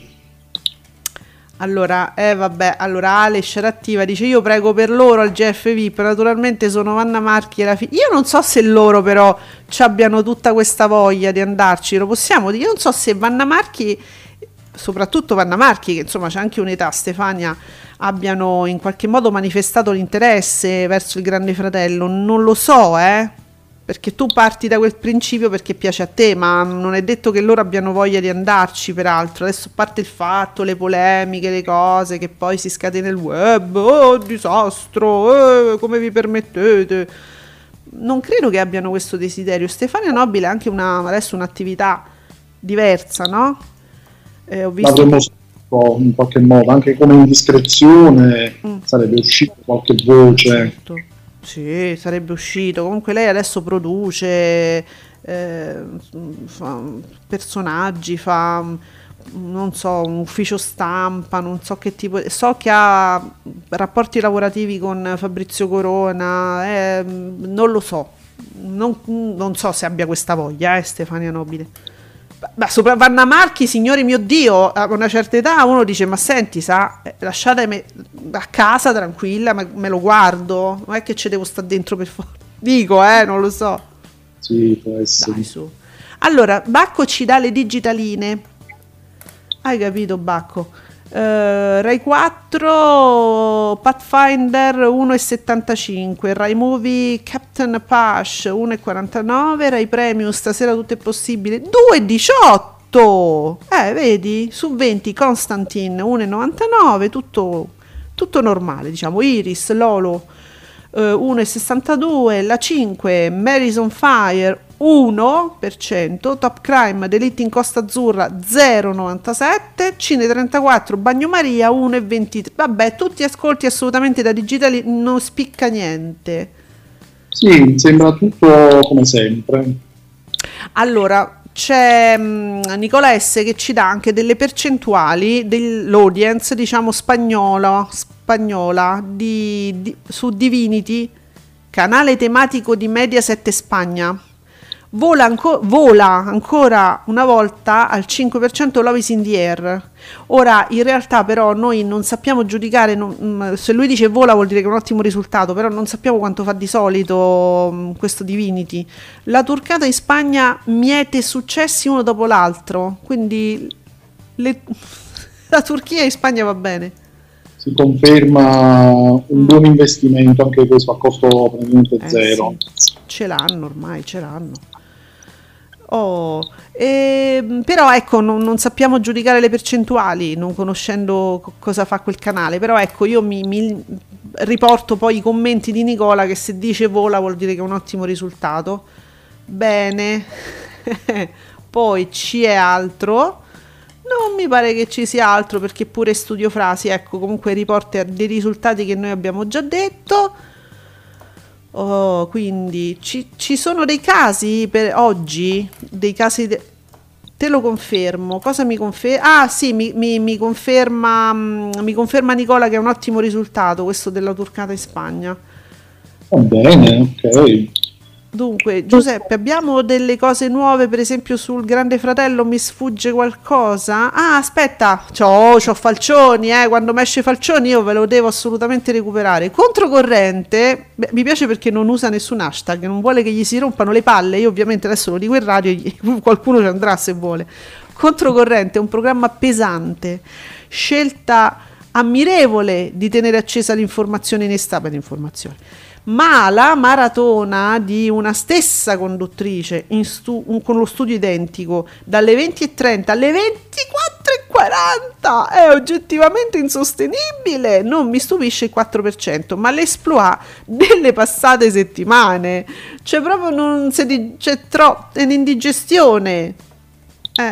Allora, eh vabbè, allora Ale Scerattiva dice: io prego per loro al G F V I P, naturalmente sono Vanna Marchi e la figlia. Io non so se loro però ci abbiano tutta questa voglia di andarci, lo possiamo dire. Io non so se Vanna Marchi, soprattutto Vanna Marchi, che insomma c'è anche un'età, Stefania, abbiano in qualche modo manifestato l'interesse verso il Grande Fratello, non lo so, eh. Perché tu parti da quel principio perché piace a te, ma non è detto che loro abbiano voglia di andarci, peraltro. Adesso parte il fatto, le polemiche, le cose, che poi si scatena il web, oh disastro, eh, come vi permettete? Non credo che abbiano questo desiderio. Stefania Nobile ha anche una, adesso un'attività diversa, no? Eh, ho visto L'avremmo saputo in qualche modo, anche come indiscrezione, mm. sarebbe uscita qualche voce. Certo. Sì, sarebbe uscito. Comunque lei adesso produce eh, fa personaggi, fa non so, un ufficio stampa, non so che tipo, so che ha rapporti lavorativi con Fabrizio Corona, eh, non lo so, non, non so se abbia questa voglia, eh, Stefania Nobile. Beh, sopra Vanna Marchi, signore mio Dio, a una certa età uno dice: ma senti, sa, eh, lasciatemi a casa tranquilla, ma me lo guardo, non è che ci devo stare dentro per forza. Dico, eh, non lo so. Sì, può essere. Dai, su. Allora, Bacco ci dà le digitaline. Hai capito, Bacco? Uh, Rai quattro Pathfinder uno virgola settantacinque, Rai Movie Captain Pash uno virgola quarantanove, Rai Premium Stasera tutto è possibile due virgola diciotto, eh vedi, su venti Constantine uno virgola novantanove, tutto, tutto normale, diciamo. Iris, Lolo uh, uno virgola sessantadue, la cinque Mary's on Fire uno per cento, Top Crime Delitto in Costa Azzurra zero virgola novantasette, Cine trentaquattro Bagnomaria uno virgola ventitré. Vabbè, tutti ascolti assolutamente da digitali, non spicca niente. Sì, sembra tutto come sempre. Allora, c'è um, Nicola S che ci dà anche delle percentuali dell'audience, diciamo, spagnola, spagnola di, di, su Divinity, canale tematico di Mediaset Spagna. Vola, anco- vola ancora una volta al cinque per cento Love is in the air. Ora, in realtà però noi non sappiamo giudicare, non, se lui dice vola vuol dire che è un ottimo risultato, però non sappiamo quanto fa di solito um, questo Divinity. La turcata in Spagna miete successi uno dopo l'altro, quindi le, la Turchia in Spagna va bene. Si conferma un buon investimento anche questo a costo praticamente eh, zero. Sì. Ce l'hanno ormai, ce l'hanno. Oh, eh, però ecco, non, non sappiamo giudicare le percentuali, non conoscendo co- cosa fa quel canale, però ecco, io mi, mi riporto poi i commenti di Nicola che se dice vola vuol dire che è un ottimo risultato. Bene. Poi ci è altro? Non mi pare che ci sia altro, perché pure Studio Frasi, ecco, comunque riporta dei risultati che noi abbiamo già detto. Oh, quindi ci, ci sono dei casi per oggi, dei casi de- te lo confermo. Cosa mi conferma? Ah sì, mi, mi, mi conferma mi conferma Nicola che è un ottimo risultato questo della turcata in Spagna. Va bene, ok. Dunque, Giuseppe, abbiamo delle cose nuove, per esempio sul Grande Fratello, mi sfugge qualcosa? Ah, aspetta, c'ho, c'ho Falcioni, eh, quando mi esce Falcioni io ve lo devo assolutamente recuperare. Controcorrente, beh, mi piace perché non usa nessun hashtag, non vuole che gli si rompano le palle, io ovviamente adesso lo dico in radio, qualcuno ci andrà se vuole. Controcorrente è un programma pesante, scelta ammirevole di tenere accesa l'informazione in estate, l'informazione. Ma la maratona di una stessa conduttrice in stu- un, con lo studio identico dalle venti e trenta alle ventiquattro e quaranta è oggettivamente insostenibile. Non mi stupisce il quattro per cento, ma l'esploit delle passate settimane, cioè proprio non si di- c'è troppo un'indigestione. Eh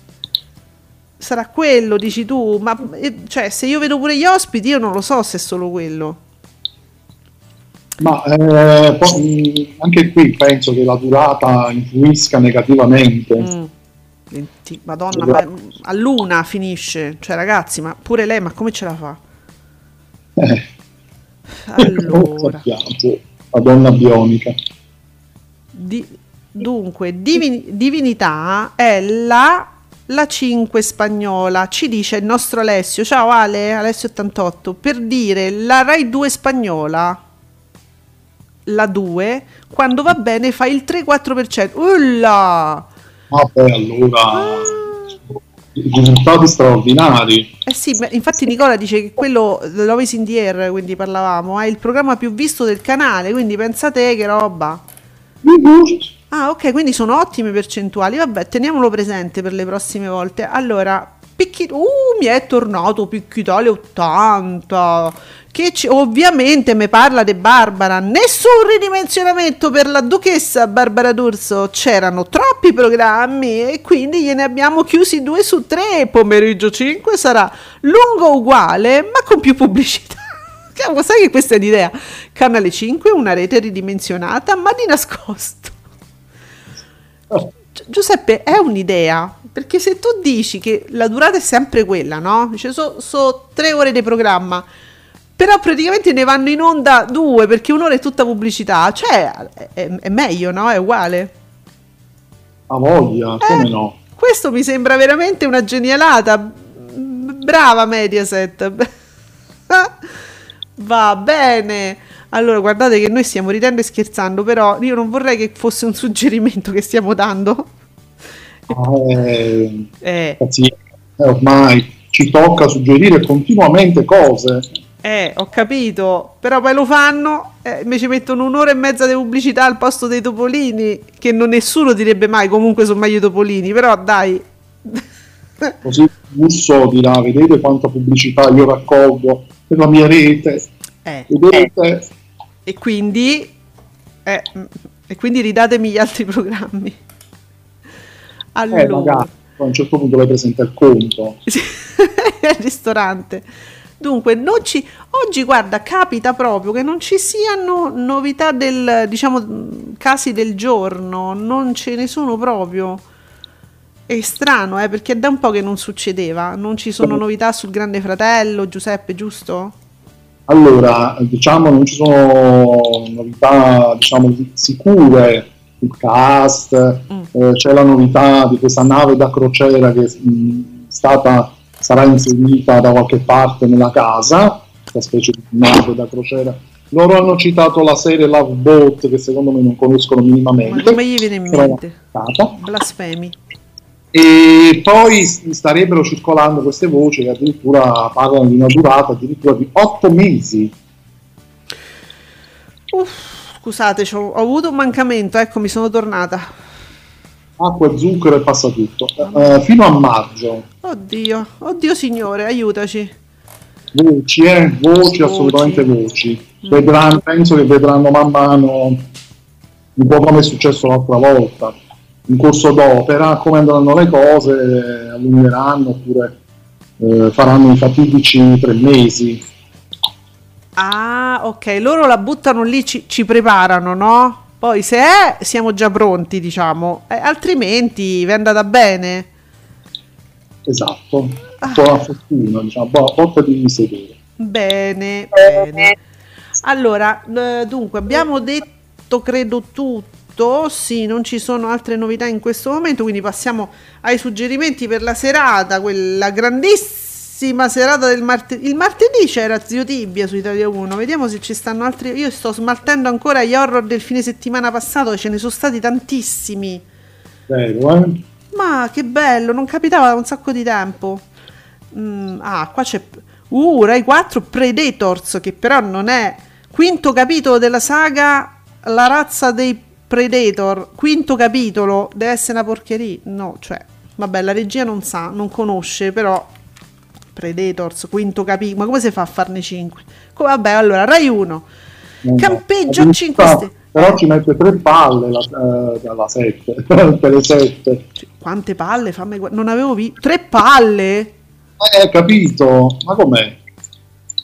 sarà quello, dici tu, ma eh, cioè se io vedo pure gli ospiti io non lo so se è solo quello. Ma eh, poi, anche qui penso che la durata influisca negativamente. Mm. venti Madonna, ma a luna finisce, cioè ragazzi, ma pure lei, ma come ce la fa? Eh. Allora, Sappiamo, la donna bionica. Di, dunque, divin- divinità è la, la cinque spagnola, ci dice il nostro Alessio. Ciao Ale, Alessio ottantotto, per dire la Rai due spagnola, la due, quando va bene fa il tre quattro per cento. Ulla! Vabbè, allora risultati straordinari. Eh sì, beh, infatti Nicola dice che quello The Love is in the Air, quindi parlavamo, è il programma più visto del canale, quindi pensate che roba. Ah, ok, quindi sono ottime percentuali. Vabbè, teniamolo presente per le prossime volte. Allora, Picchi... Uh, mi è tornato Picchitalia ottanta. Che ci... ovviamente mi parla di Barbara. Nessun ridimensionamento per la duchessa Barbara D'Urso. C'erano troppi programmi e quindi gliene abbiamo chiusi due su tre. Pomeriggio cinque sarà lungo uguale, ma con più pubblicità. Sai che questa è l'idea? Canale cinque, una rete ridimensionata, ma di nascosto. Giuseppe, è un'idea, perché se tu dici che la durata è sempre quella, no? Dice, so, so tre ore di programma, però praticamente ne vanno in onda due, perché un'ora è tutta pubblicità, cioè è, è meglio, no? È uguale. A voglia, come eh, no? Questo mi sembra veramente una genialata. Brava Mediaset. Va bene. Allora, guardate che noi stiamo ridendo e scherzando, però io non vorrei che fosse un suggerimento che stiamo dando. Eh, eh. Pazienza, ormai ci tocca suggerire continuamente cose. Eh, ho capito, però poi lo fanno, eh, invece mettono un'ora e mezza di pubblicità al posto dei topolini, che non nessuno direbbe mai, comunque sono meglio i topolini, però dai. Così Russo dirà, vedete quanta pubblicità io raccolgo per la mia rete. Eh. Vedete? E quindi eh, e quindi ridatemi gli altri programmi. Allora, eh, magari a un certo punto lei presenta il conto al ristorante. Dunque, non ci, oggi guarda, capita proprio che non ci siano novità del, diciamo, casi del giorno, non ce ne sono proprio. È strano, eh, perché è da un po' che non succedeva. Non ci sono novità sul Grande Fratello, Giuseppe, giusto? Allora, diciamo, non ci sono novità, diciamo, sicure sul cast, mm. eh, c'è la novità di questa nave da crociera che è stata, sarà inserita da qualche parte nella casa, questa specie di nave da crociera. Loro hanno citato la serie Love Boat, che secondo me non conoscono minimamente. Ma come gli viene in mente? Blasfemi. E poi starebbero circolando queste voci che addirittura parlano di una durata addirittura di otto mesi. Uff, scusate, ho avuto un mancamento, ecco, mi sono tornata. Acqua e zucchero e passa tutto. Uh, fino a maggio. Oddio, oddio signore, aiutaci. Voci, eh? Voci, voci. Assolutamente voci. Mm. Vedranno, penso che vedranno man mano, un po' come è successo l'altra volta. In corso d'opera, come andranno le cose, allungheranno oppure eh, faranno i fatidici tre mesi. Ah, ok, loro la buttano lì, ci, ci preparano, no? Poi se è, siamo già pronti, diciamo, eh, altrimenti vi è andata bene. Esatto, ah. Buona fortuna, diciamo, buona porta di sedere. Bene, bene. Allora, eh, dunque, abbiamo detto, credo, tutto. Sì, non ci sono altre novità in questo momento, quindi passiamo ai suggerimenti per la serata, quella grandissima serata del martedì. Il martedì c'era Zio Tibia su Italia uno, vediamo se ci stanno altri. Io sto smaltendo ancora gli horror del fine settimana passato, ce ne sono stati tantissimi. Vero, eh? Ma che bello, non capitava da un sacco di tempo. Mm, ah, qua c'è uh, Rai quattro Predators, che però non è quinto capitolo della saga La razza dei Predator, quinto capitolo, deve essere una porcheria. No, cioè, vabbè, la regia non sa, non conosce, però Predators, quinto capitolo, ma come si fa a farne cinque? Come, vabbè, allora, Rai uno, no, campeggio a cinque stelle. Però ci mette tre palle dalla sette, per le sette. Quante palle? Fammi guard- non avevo visto. Tre palle? Eh, capito, ma com'è?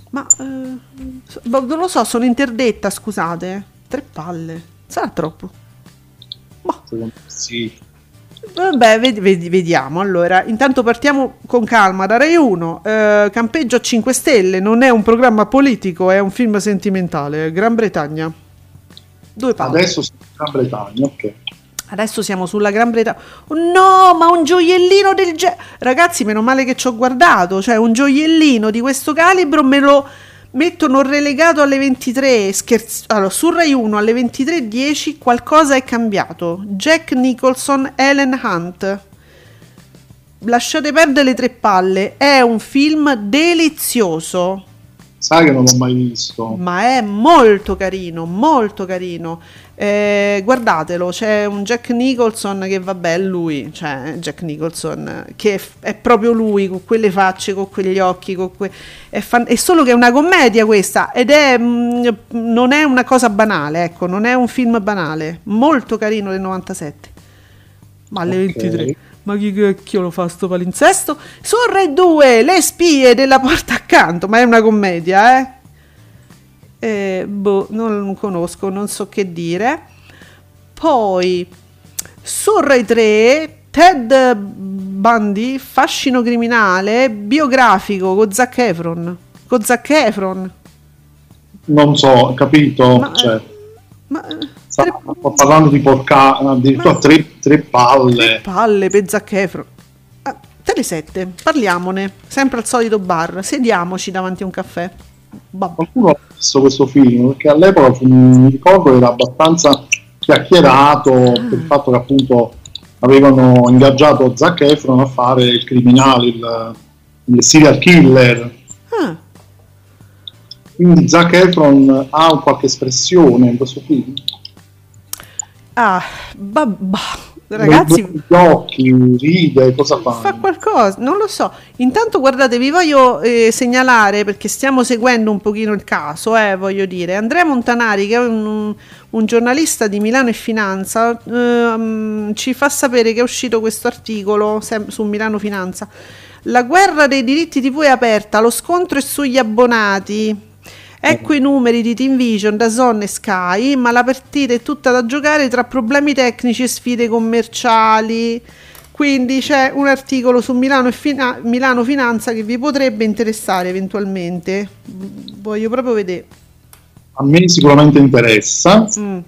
Ma eh, so- boh, non lo so, sono interdetta, scusate. Tre palle. Sarà troppo? Boh. Secondo me sì. Vabbè, ved- ved- vediamo. Allora, intanto partiamo con calma. Da Rai uno, eh, campeggio a cinque stelle. Non è un programma politico, è un film sentimentale. Gran Bretagna. Due palle. Adesso siamo in Gran Bretagna, ok. Adesso siamo sulla Gran Bretagna. Oh, no, ma un gioiellino del genere. Ragazzi, meno male che ci ho guardato. Cioè, un gioiellino di questo calibro me lo mettono relegato alle ventitré. Scherz- allora, su Rai uno alle ventitré e dieci qualcosa è cambiato. Jack Nicholson, Helen Hunt. Lasciate perdere le tre palle. È un film delizioso. Sai che non l'ho mai visto. Ma è molto carino, molto carino. Eh, guardatelo, c'è un Jack Nicholson che vabbè è lui, cioè Jack Nicholson che è, è proprio lui, con quelle facce, con quegli occhi, con que- è, fan- è solo che è una commedia questa ed è mh, non è una cosa banale, ecco, non è un film banale, molto carino del novantasette. Ma alle Ok. ventitré, ma chi cacchio lo fa sto palinsesto? Su Rai due, Le spie della porta accanto, ma è una commedia, eh? Eh, boh, non conosco, non so che dire. Poi su Rai tre, Ted Bundy, fascino criminale, biografico con Zac Efron. Con Zac Efron. Non so, capito? Ma, Cioè, ma sta tre, sto parlando di porca, addirittura Ma- tre, tre palle. tre palle per Zac Efron. Ah, Tele sette, parliamone. Sempre al solito bar. Sediamoci davanti a un caffè. Vabbè. Qualcuno ha visto questo film perché all'epoca fu- mi ricordo era abbastanza chiacchierato per il fatto che appunto avevano ingaggiato Zac Efron a fare il criminale, il, il serial killer. Ah, Quindi Zac Efron ha qualche espressione in questo film. ah, bah, bah. Ragazzi, Muove gli occhi, ride, cosa fa? fa qualcosa, non lo so. Intanto guardate, vi voglio eh, segnalare, perché stiamo seguendo un pochino il caso, eh, voglio dire, Andrea Montanari, che è un, un giornalista di Milano e Finanza, ehm, ci fa sapere che è uscito questo articolo sem- su Milano Finanza. La guerra dei diritti tivù è aperta, lo scontro è sugli abbonati. Ecco i numeri di TeamVision, DAZN e Sky, ma la partita è tutta da giocare tra problemi tecnici e sfide commerciali. Quindi c'è un articolo su Milano, e Fina- Milano Finanza che vi potrebbe interessare eventualmente. Voglio proprio vedere. A me sicuramente interessa. Mm.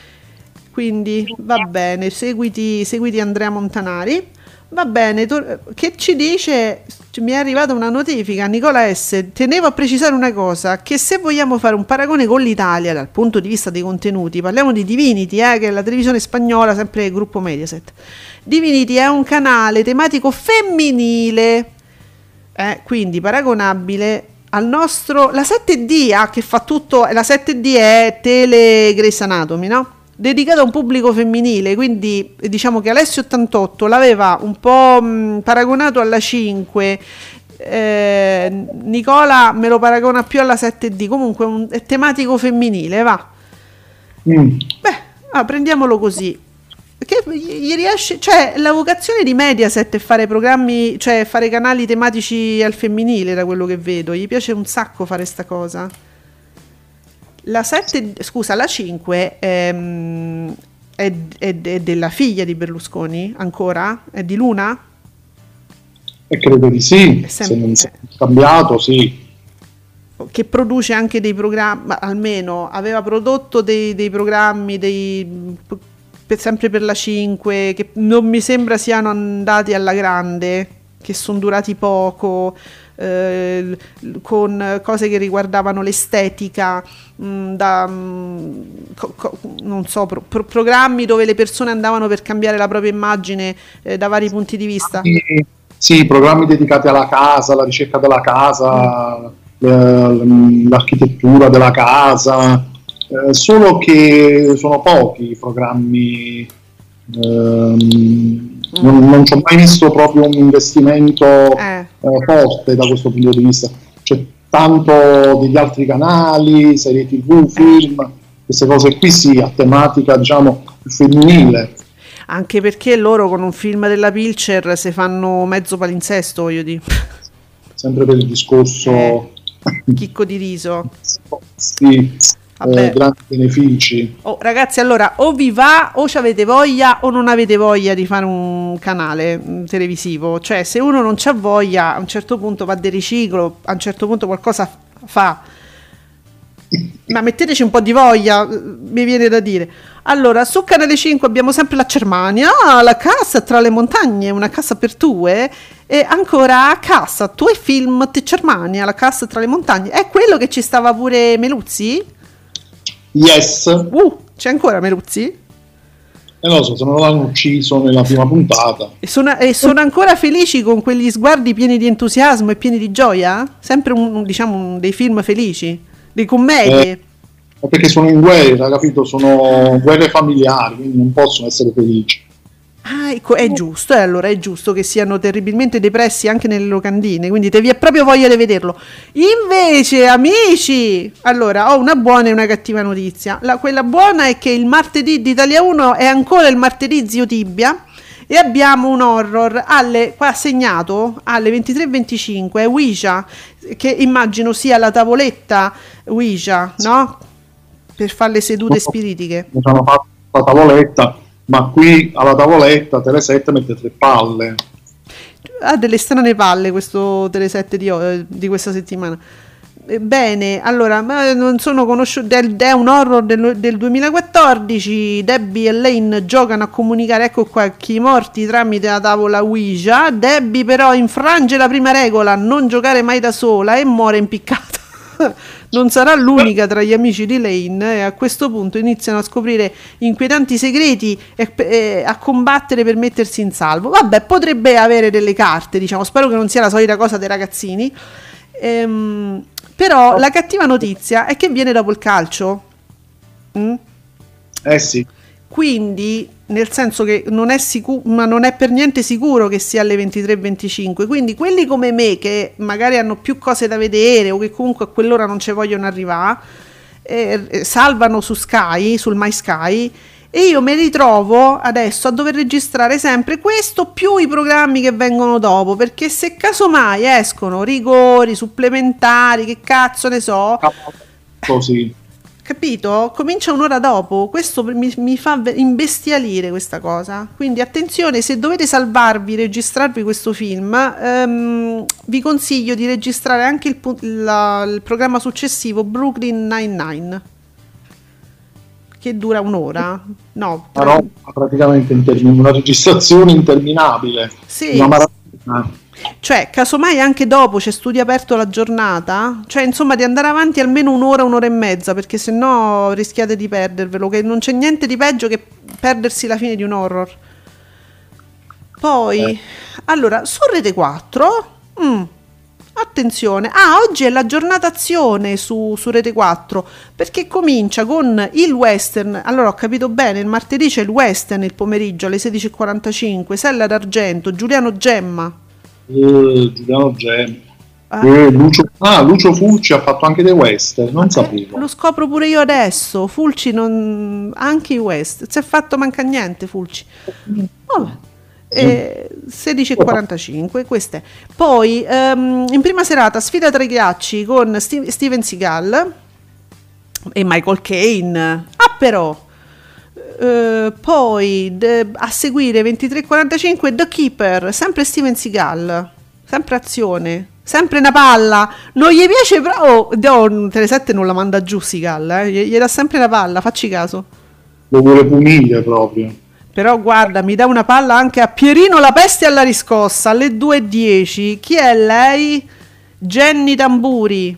Quindi va bene, seguiti, seguiti Andrea Montanari. Va bene, tor- che ci dice? Mi è arrivata una notifica, Nicola S. Tenevo a precisare una cosa, che se vogliamo fare un paragone con l'Italia dal punto di vista dei contenuti, parliamo di Divinity, eh, che è la televisione spagnola, sempre il gruppo Mediaset. Divinity è un canale tematico femminile, eh, quindi paragonabile al nostro, la sette D, ah, che fa tutto, la sette D è Tele Grey's Anatomy, no? Dedicato a un pubblico femminile, quindi diciamo che Alessio ottantotto l'aveva un po' mh, paragonato alla cinque, eh, Nicola me lo paragona più alla sette D, comunque un, è tematico femminile, va. Mm. Beh, ah, prendiamolo così. Che gli riesce, cioè la vocazione di Mediaset è fare programmi, cioè fare canali tematici al femminile, da quello che vedo, gli piace un sacco fare sta cosa. La sette, scusa, la cinque ehm, è, è, è della figlia di Berlusconi ancora? È di Luna? E credo di sì, È se sempre- non si è cambiato, sì. Che produce anche dei programmi, almeno aveva prodotto dei, dei programmi dei, per- sempre per la cinque, che non mi sembra siano andati alla grande, che sono durati poco, eh, l- con cose che riguardavano l'estetica, mh, da, mh, co- co- non so, pro- pro- programmi dove le persone andavano per cambiare la propria immagine eh, da vari punti di vista. Sì, sì, programmi dedicati alla casa, alla ricerca della casa, l- l'architettura della casa, eh, solo che sono pochi i programmi, ehm, non, non ci ho mai visto proprio un investimento Eh. eh, forte da questo punto di vista. C'è tanto degli altri canali, serie tv, film, queste cose qui sì, a tematica diciamo più femminile. Anche perché loro con un film della Pilcher se fanno mezzo palinsesto, voglio dire. Sempre per il discorso Eh. chicco di riso. Sì, eh, grandi benefici. Oh, ragazzi, allora o vi va o ci avete voglia o non avete voglia di fare un canale mh, televisivo. Cioè, se uno non c'ha voglia, a un certo punto va di riciclo, a un certo punto qualcosa f- fa. Ma metteteci un po' di voglia, mi viene da dire. Allora, su Canale cinque abbiamo sempre la Germania, la casa tra le montagne, una casa per due, e ancora a casa, tu e film di Germania, la casa tra le montagne. È quello che ci stava pure Meluzzi? Yes. Uh, c'è ancora Meluzzi? Eh non lo so, se non l'hanno ucciso nella prima puntata. E sono, e sono ancora felici con quegli sguardi pieni di entusiasmo e pieni di gioia? Sempre un, diciamo, un, dei film felici? Di commedie? Eh, perché sono in guerra, capito? Sono guerre familiari, quindi non possono essere felici. Ah, ecco, è giusto, e allora è giusto che siano terribilmente depressi anche nelle locandine, quindi te vi è proprio voglia di vederlo. Invece, amici, allora ho una buona e una cattiva notizia. La, quella buona è che il martedì di Italia uno è ancora il martedì Zio Tibia, e abbiamo un horror alle, qua segnato alle ventitré e venticinque, Ouija, che immagino sia la tavoletta Ouija, no? Per fare le sedute spiritiche. Mi hanno fatto la tavoletta, ma qui alla tavoletta Telesette mette tre palle. Ha delle strane palle questo Telesette di, di questa settimana. Bene, allora, non sono conosciuti, è un horror del, del duemilaquattordici. Debbie e Lane giocano a comunicare, ecco qua, chi i morti tramite la tavola Ouija. Debbie però infrange la prima regola, non giocare mai da sola, e muore impiccata. Non sarà l'unica tra gli amici di Lane, e a questo punto iniziano a scoprire inquietanti segreti e, e a combattere per mettersi in salvo. Vabbè, potrebbe avere delle carte, diciamo, spero che non sia la solita cosa dei ragazzini. Ehm, però la cattiva notizia è che viene dopo il calcio. Mm? Eh sì. Quindi, nel senso che non è sicuro, ma non è per niente sicuro che sia alle ventitré e venticinque. Quindi quelli come me che magari hanno più cose da vedere o che comunque a quell'ora non ci vogliono arrivare, eh, salvano su Sky, sul My Sky, e io mi ritrovo adesso a dover registrare sempre questo più i programmi che vengono dopo, perché se casomai escono rigori supplementari, che cazzo ne so, così, capito? Comincia un'ora dopo. Questo mi, mi fa imbestialire questa cosa. Quindi attenzione, se dovete salvarvi, registrarvi questo film, ehm, vi consiglio di registrare anche il, la, il programma successivo, Brooklyn Nine-Nine, che dura un'ora. No, tra... no praticamente intermin- una registrazione interminabile. Sì. Una maratona. Cioè, casomai anche dopo c'è studio aperto la giornata, cioè insomma di andare avanti almeno un'ora, un'ora e mezza, perché sennò rischiate di perdervelo, che non c'è niente di peggio che perdersi la fine di un horror. Poi, eh. allora, su Rete quattro, mm, attenzione, ah, oggi è la giornata azione su, su Rete quattro, perché comincia con il western. Allora, ho capito bene, il martedì c'è il western il pomeriggio alle sedici e quarantacinque, Sella d'Argento, Giuliano Gemma. Uh, Giuliano Gemma. Ah. Eh, Lucio, ah, Lucio Fulci ha fatto anche dei western, non eh, sapevo. Lo scopro pure io adesso. Fulci non, anche i western. Si è fatto manca niente Fulci. Vabbè. Eh, sedici e quarantacinque, queste. Poi um, in prima serata Sfida tra i ghiacci con Steve, Steven Seagal e Michael Caine. Ah, però Uh, poi de, a seguire ventitré e quarantacinque The Keeper, sempre Steven Seagal, sempre azione, sempre una palla, non gli piace però, oh, Telesette non la manda giù Seagal, eh? gli, gli dà sempre una palla, facci caso, lo vuole punire proprio. Però guarda, mi dà una palla anche a Pierino la peste alla riscossa alle due e dieci. Chi è lei? Jenny Tamburi.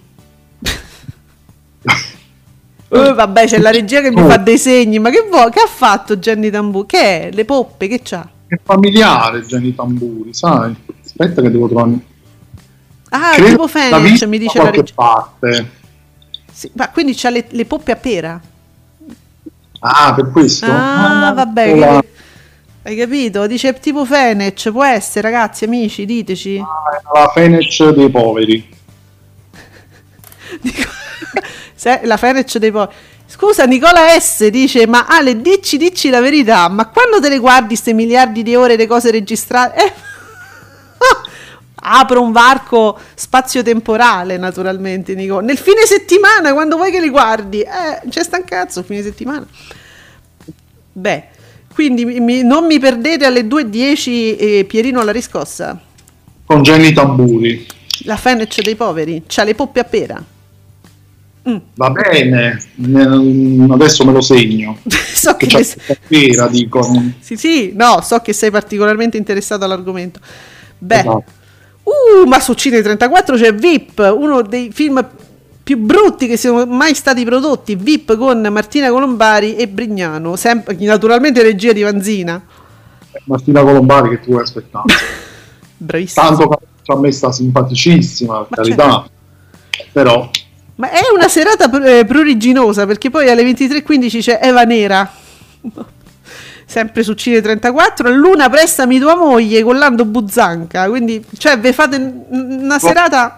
Oh, vabbè, c'è la regia che mi fa dei segni, ma che vuoi? Che ha fatto Jenny Tamburi? Che è? Le poppe, che c'ha? È familiare Jenny Tamburi, sai? Aspetta che devo trovare. Ah, credo tipo Fenech, mi dice la regia. Parte. Sì, ma quindi c'ha le, le poppe a pera? Ah, per questo? Ah, ah vabbè, che... hai capito? Dice tipo Fenech, può essere, ragazzi, amici, diteci. Ah, la Fenech dei poveri. Dico... la Fenech dei poveri. Scusa, Nicola S dice: ma Ale, dici, dici la verità, ma quando te le guardi ste miliardi di ore di cose registrate? Eh? Apro un varco spazio-temporale, naturalmente, Nico. Nel fine settimana, quando vuoi che li guardi, eh, c'è sta un cazzo, fine settimana. Beh, quindi mi, non mi perdete alle due e dieci eh, Pierino alla riscossa. Con Jenny Tamburi. La Fenech dei poveri, c'ha le poppe a pera. Mm. Va bene, ne- adesso me lo segno. So che Che c'è ne- la pera, dicono. Sì, sì, no, so che sei particolarmente interessato all'argomento. Beh, Esatto. uh, ma su Cine trentaquattro c'è V I P, uno dei film più brutti che siano mai stati prodotti. V I P con Martina Colombari e Brignano, sempre, naturalmente regia di Vanzina. Martina Colombari che tu vuoi aspettare. Bravissima. Tanto che a me sta simpaticissima, per Ma carità. Però Ma è una serata pr- eh, pruriginosa, perché poi alle ventitré e quindici c'è Eva Nera, sempre su Cine trentaquattro, Luna prestami tua moglie con Lando Buzzanca, quindi cioè ve fate n- una serata,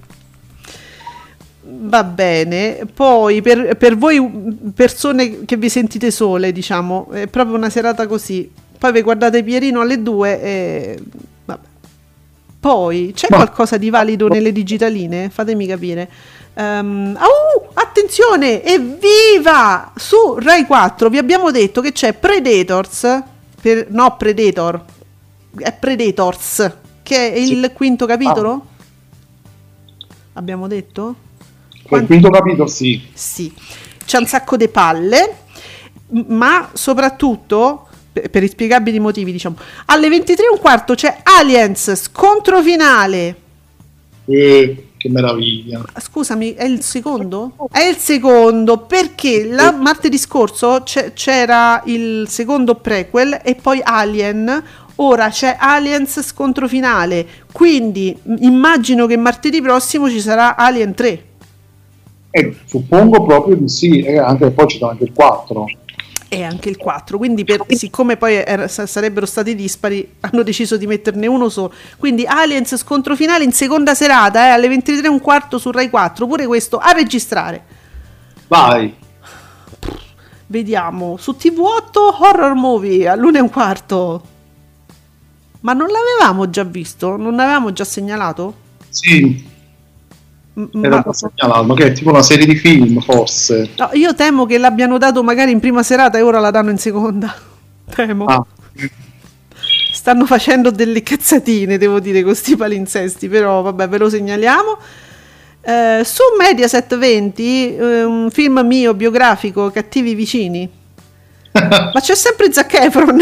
va bene. Poi per, per voi persone che vi sentite sole, diciamo, è proprio una serata così, poi vi guardate Pierino alle due e vabbè. Poi c'è Ma- qualcosa di valido nelle digitaline? Fatemi capire. Um, uh, attenzione, evviva! Su Rai quattro vi abbiamo detto che c'è Predators, per, no Predator, è Predators, che è il quinto capitolo? Abbiamo detto? il quinto capitolo sì. Sì, c'è un sacco di palle, m- ma soprattutto, per, per inspiegabili motivi, diciamo, alle ventitré e un quarto c'è Aliens, scontro finale. Eh, che meraviglia. Scusami, è il secondo? È il secondo, perché la, martedì scorso c'è- c'era il secondo prequel e poi Alien, ora c'è Aliens scontro finale, quindi m- immagino che martedì prossimo ci sarà Alien tre. Eh, suppongo proprio di sì, e anche poi c'è anche il quattro. E anche il quattro, quindi per, siccome poi era- sa- sarebbero stati dispari, hanno deciso di metterne uno solo, quindi Aliens scontro finale in seconda serata, eh, alle ventitré e un quarto su Rai quattro, pure questo a registrare. Vai. Vediamo, su T V otto Horror Movie all'una e un quarto, ma non l'avevamo già visto? Non l'avevamo già segnalato? Sì, M- era ma- già segnalato, che è tipo una serie di film forse. no, io temo che l'abbiano dato magari in prima serata e ora la danno in seconda. Temo. Ah, Stanno facendo delle cazzatine, devo dire, con sti palinsesti, però vabbè, ve lo segnaliamo. Eh, su Mediaset venti, eh, un film mio biografico, Cattivi vicini. Ma c'è sempre Zac Efron.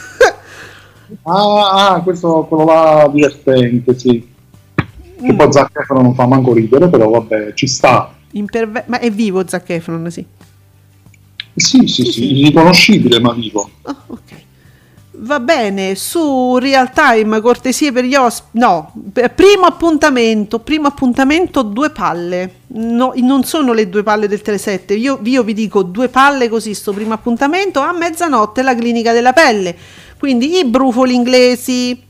ah, ah, questo quello là divertente, sì. Che poi Zac Efron non fa manco ridere, però vabbè, ci sta. Imperve- ma è vivo Zac Efron, sì. Sì, sì, Sì, sì, sì. riconoscibile, ma dico. Ah, ok. Va bene, su Real Time, cortesie per gli ospiti. No, p- primo appuntamento, primo appuntamento, due palle. No, non sono le due palle del Telesette. Io, io vi dico due palle così, sto primo appuntamento a mezzanotte la clinica della pelle. Quindi i brufoli inglesi.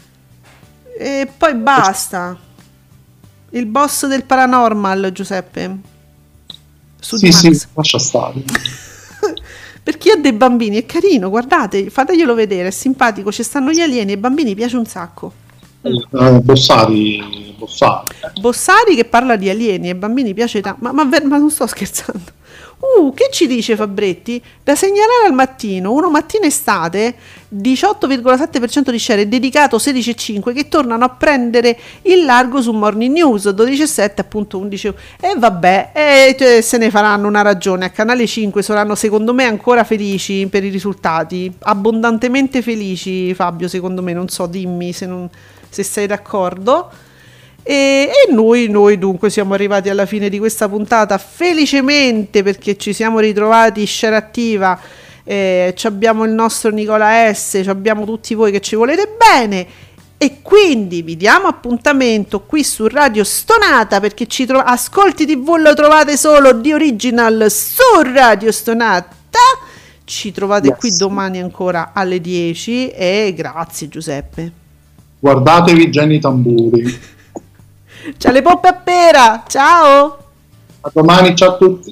E poi basta. Il boss del paranormal, Giuseppe. Su Sì, Max. sì, lascia stare. Per chi ha dei bambini è carino, guardate, fateglielo vedere, è simpatico, ci stanno gli alieni, ai bambini piace un sacco. Eh, Bossari, Bossari. Bossari che parla di alieni, ai bambini piace tanto, ma, ma, ver- ma non sto scherzando. Uh, che ci dice Fabretti? Da segnalare al mattino, uno mattina estate, diciotto virgola sette per cento di share, dedicato sedici virgola cinque, che tornano a prendere il largo su Morning News, dodici virgola sette appunto undici. E vabbè, e cioè, se ne faranno una ragione, a Canale cinque saranno secondo me ancora felici per i risultati, abbondantemente felici Fabio, secondo me, non so, dimmi se, non, se sei d'accordo. E, e noi, noi dunque siamo arrivati alla fine di questa puntata felicemente, perché ci siamo ritrovati share attiva, eh, ci abbiamo il nostro Nicola S, ci abbiamo tutti voi che ci volete bene, e quindi vi diamo appuntamento qui su Radio Stonata, perché ci tro- Ascolti tivù lo trovate solo di original su Radio Stonata. Ci trovate Yes. qui domani ancora alle dieci e grazie Giuseppe. Guardatevi Jenny Tamburi. C'ha le poppe a pera, ciao! A domani, ciao a tutti.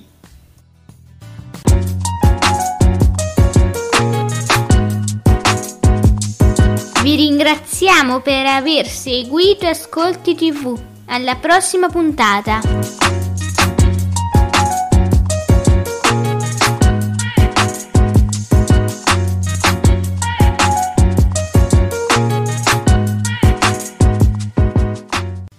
Vi ringrazio ringraziamo per aver seguito Ascolti tivù. Alla prossima puntata.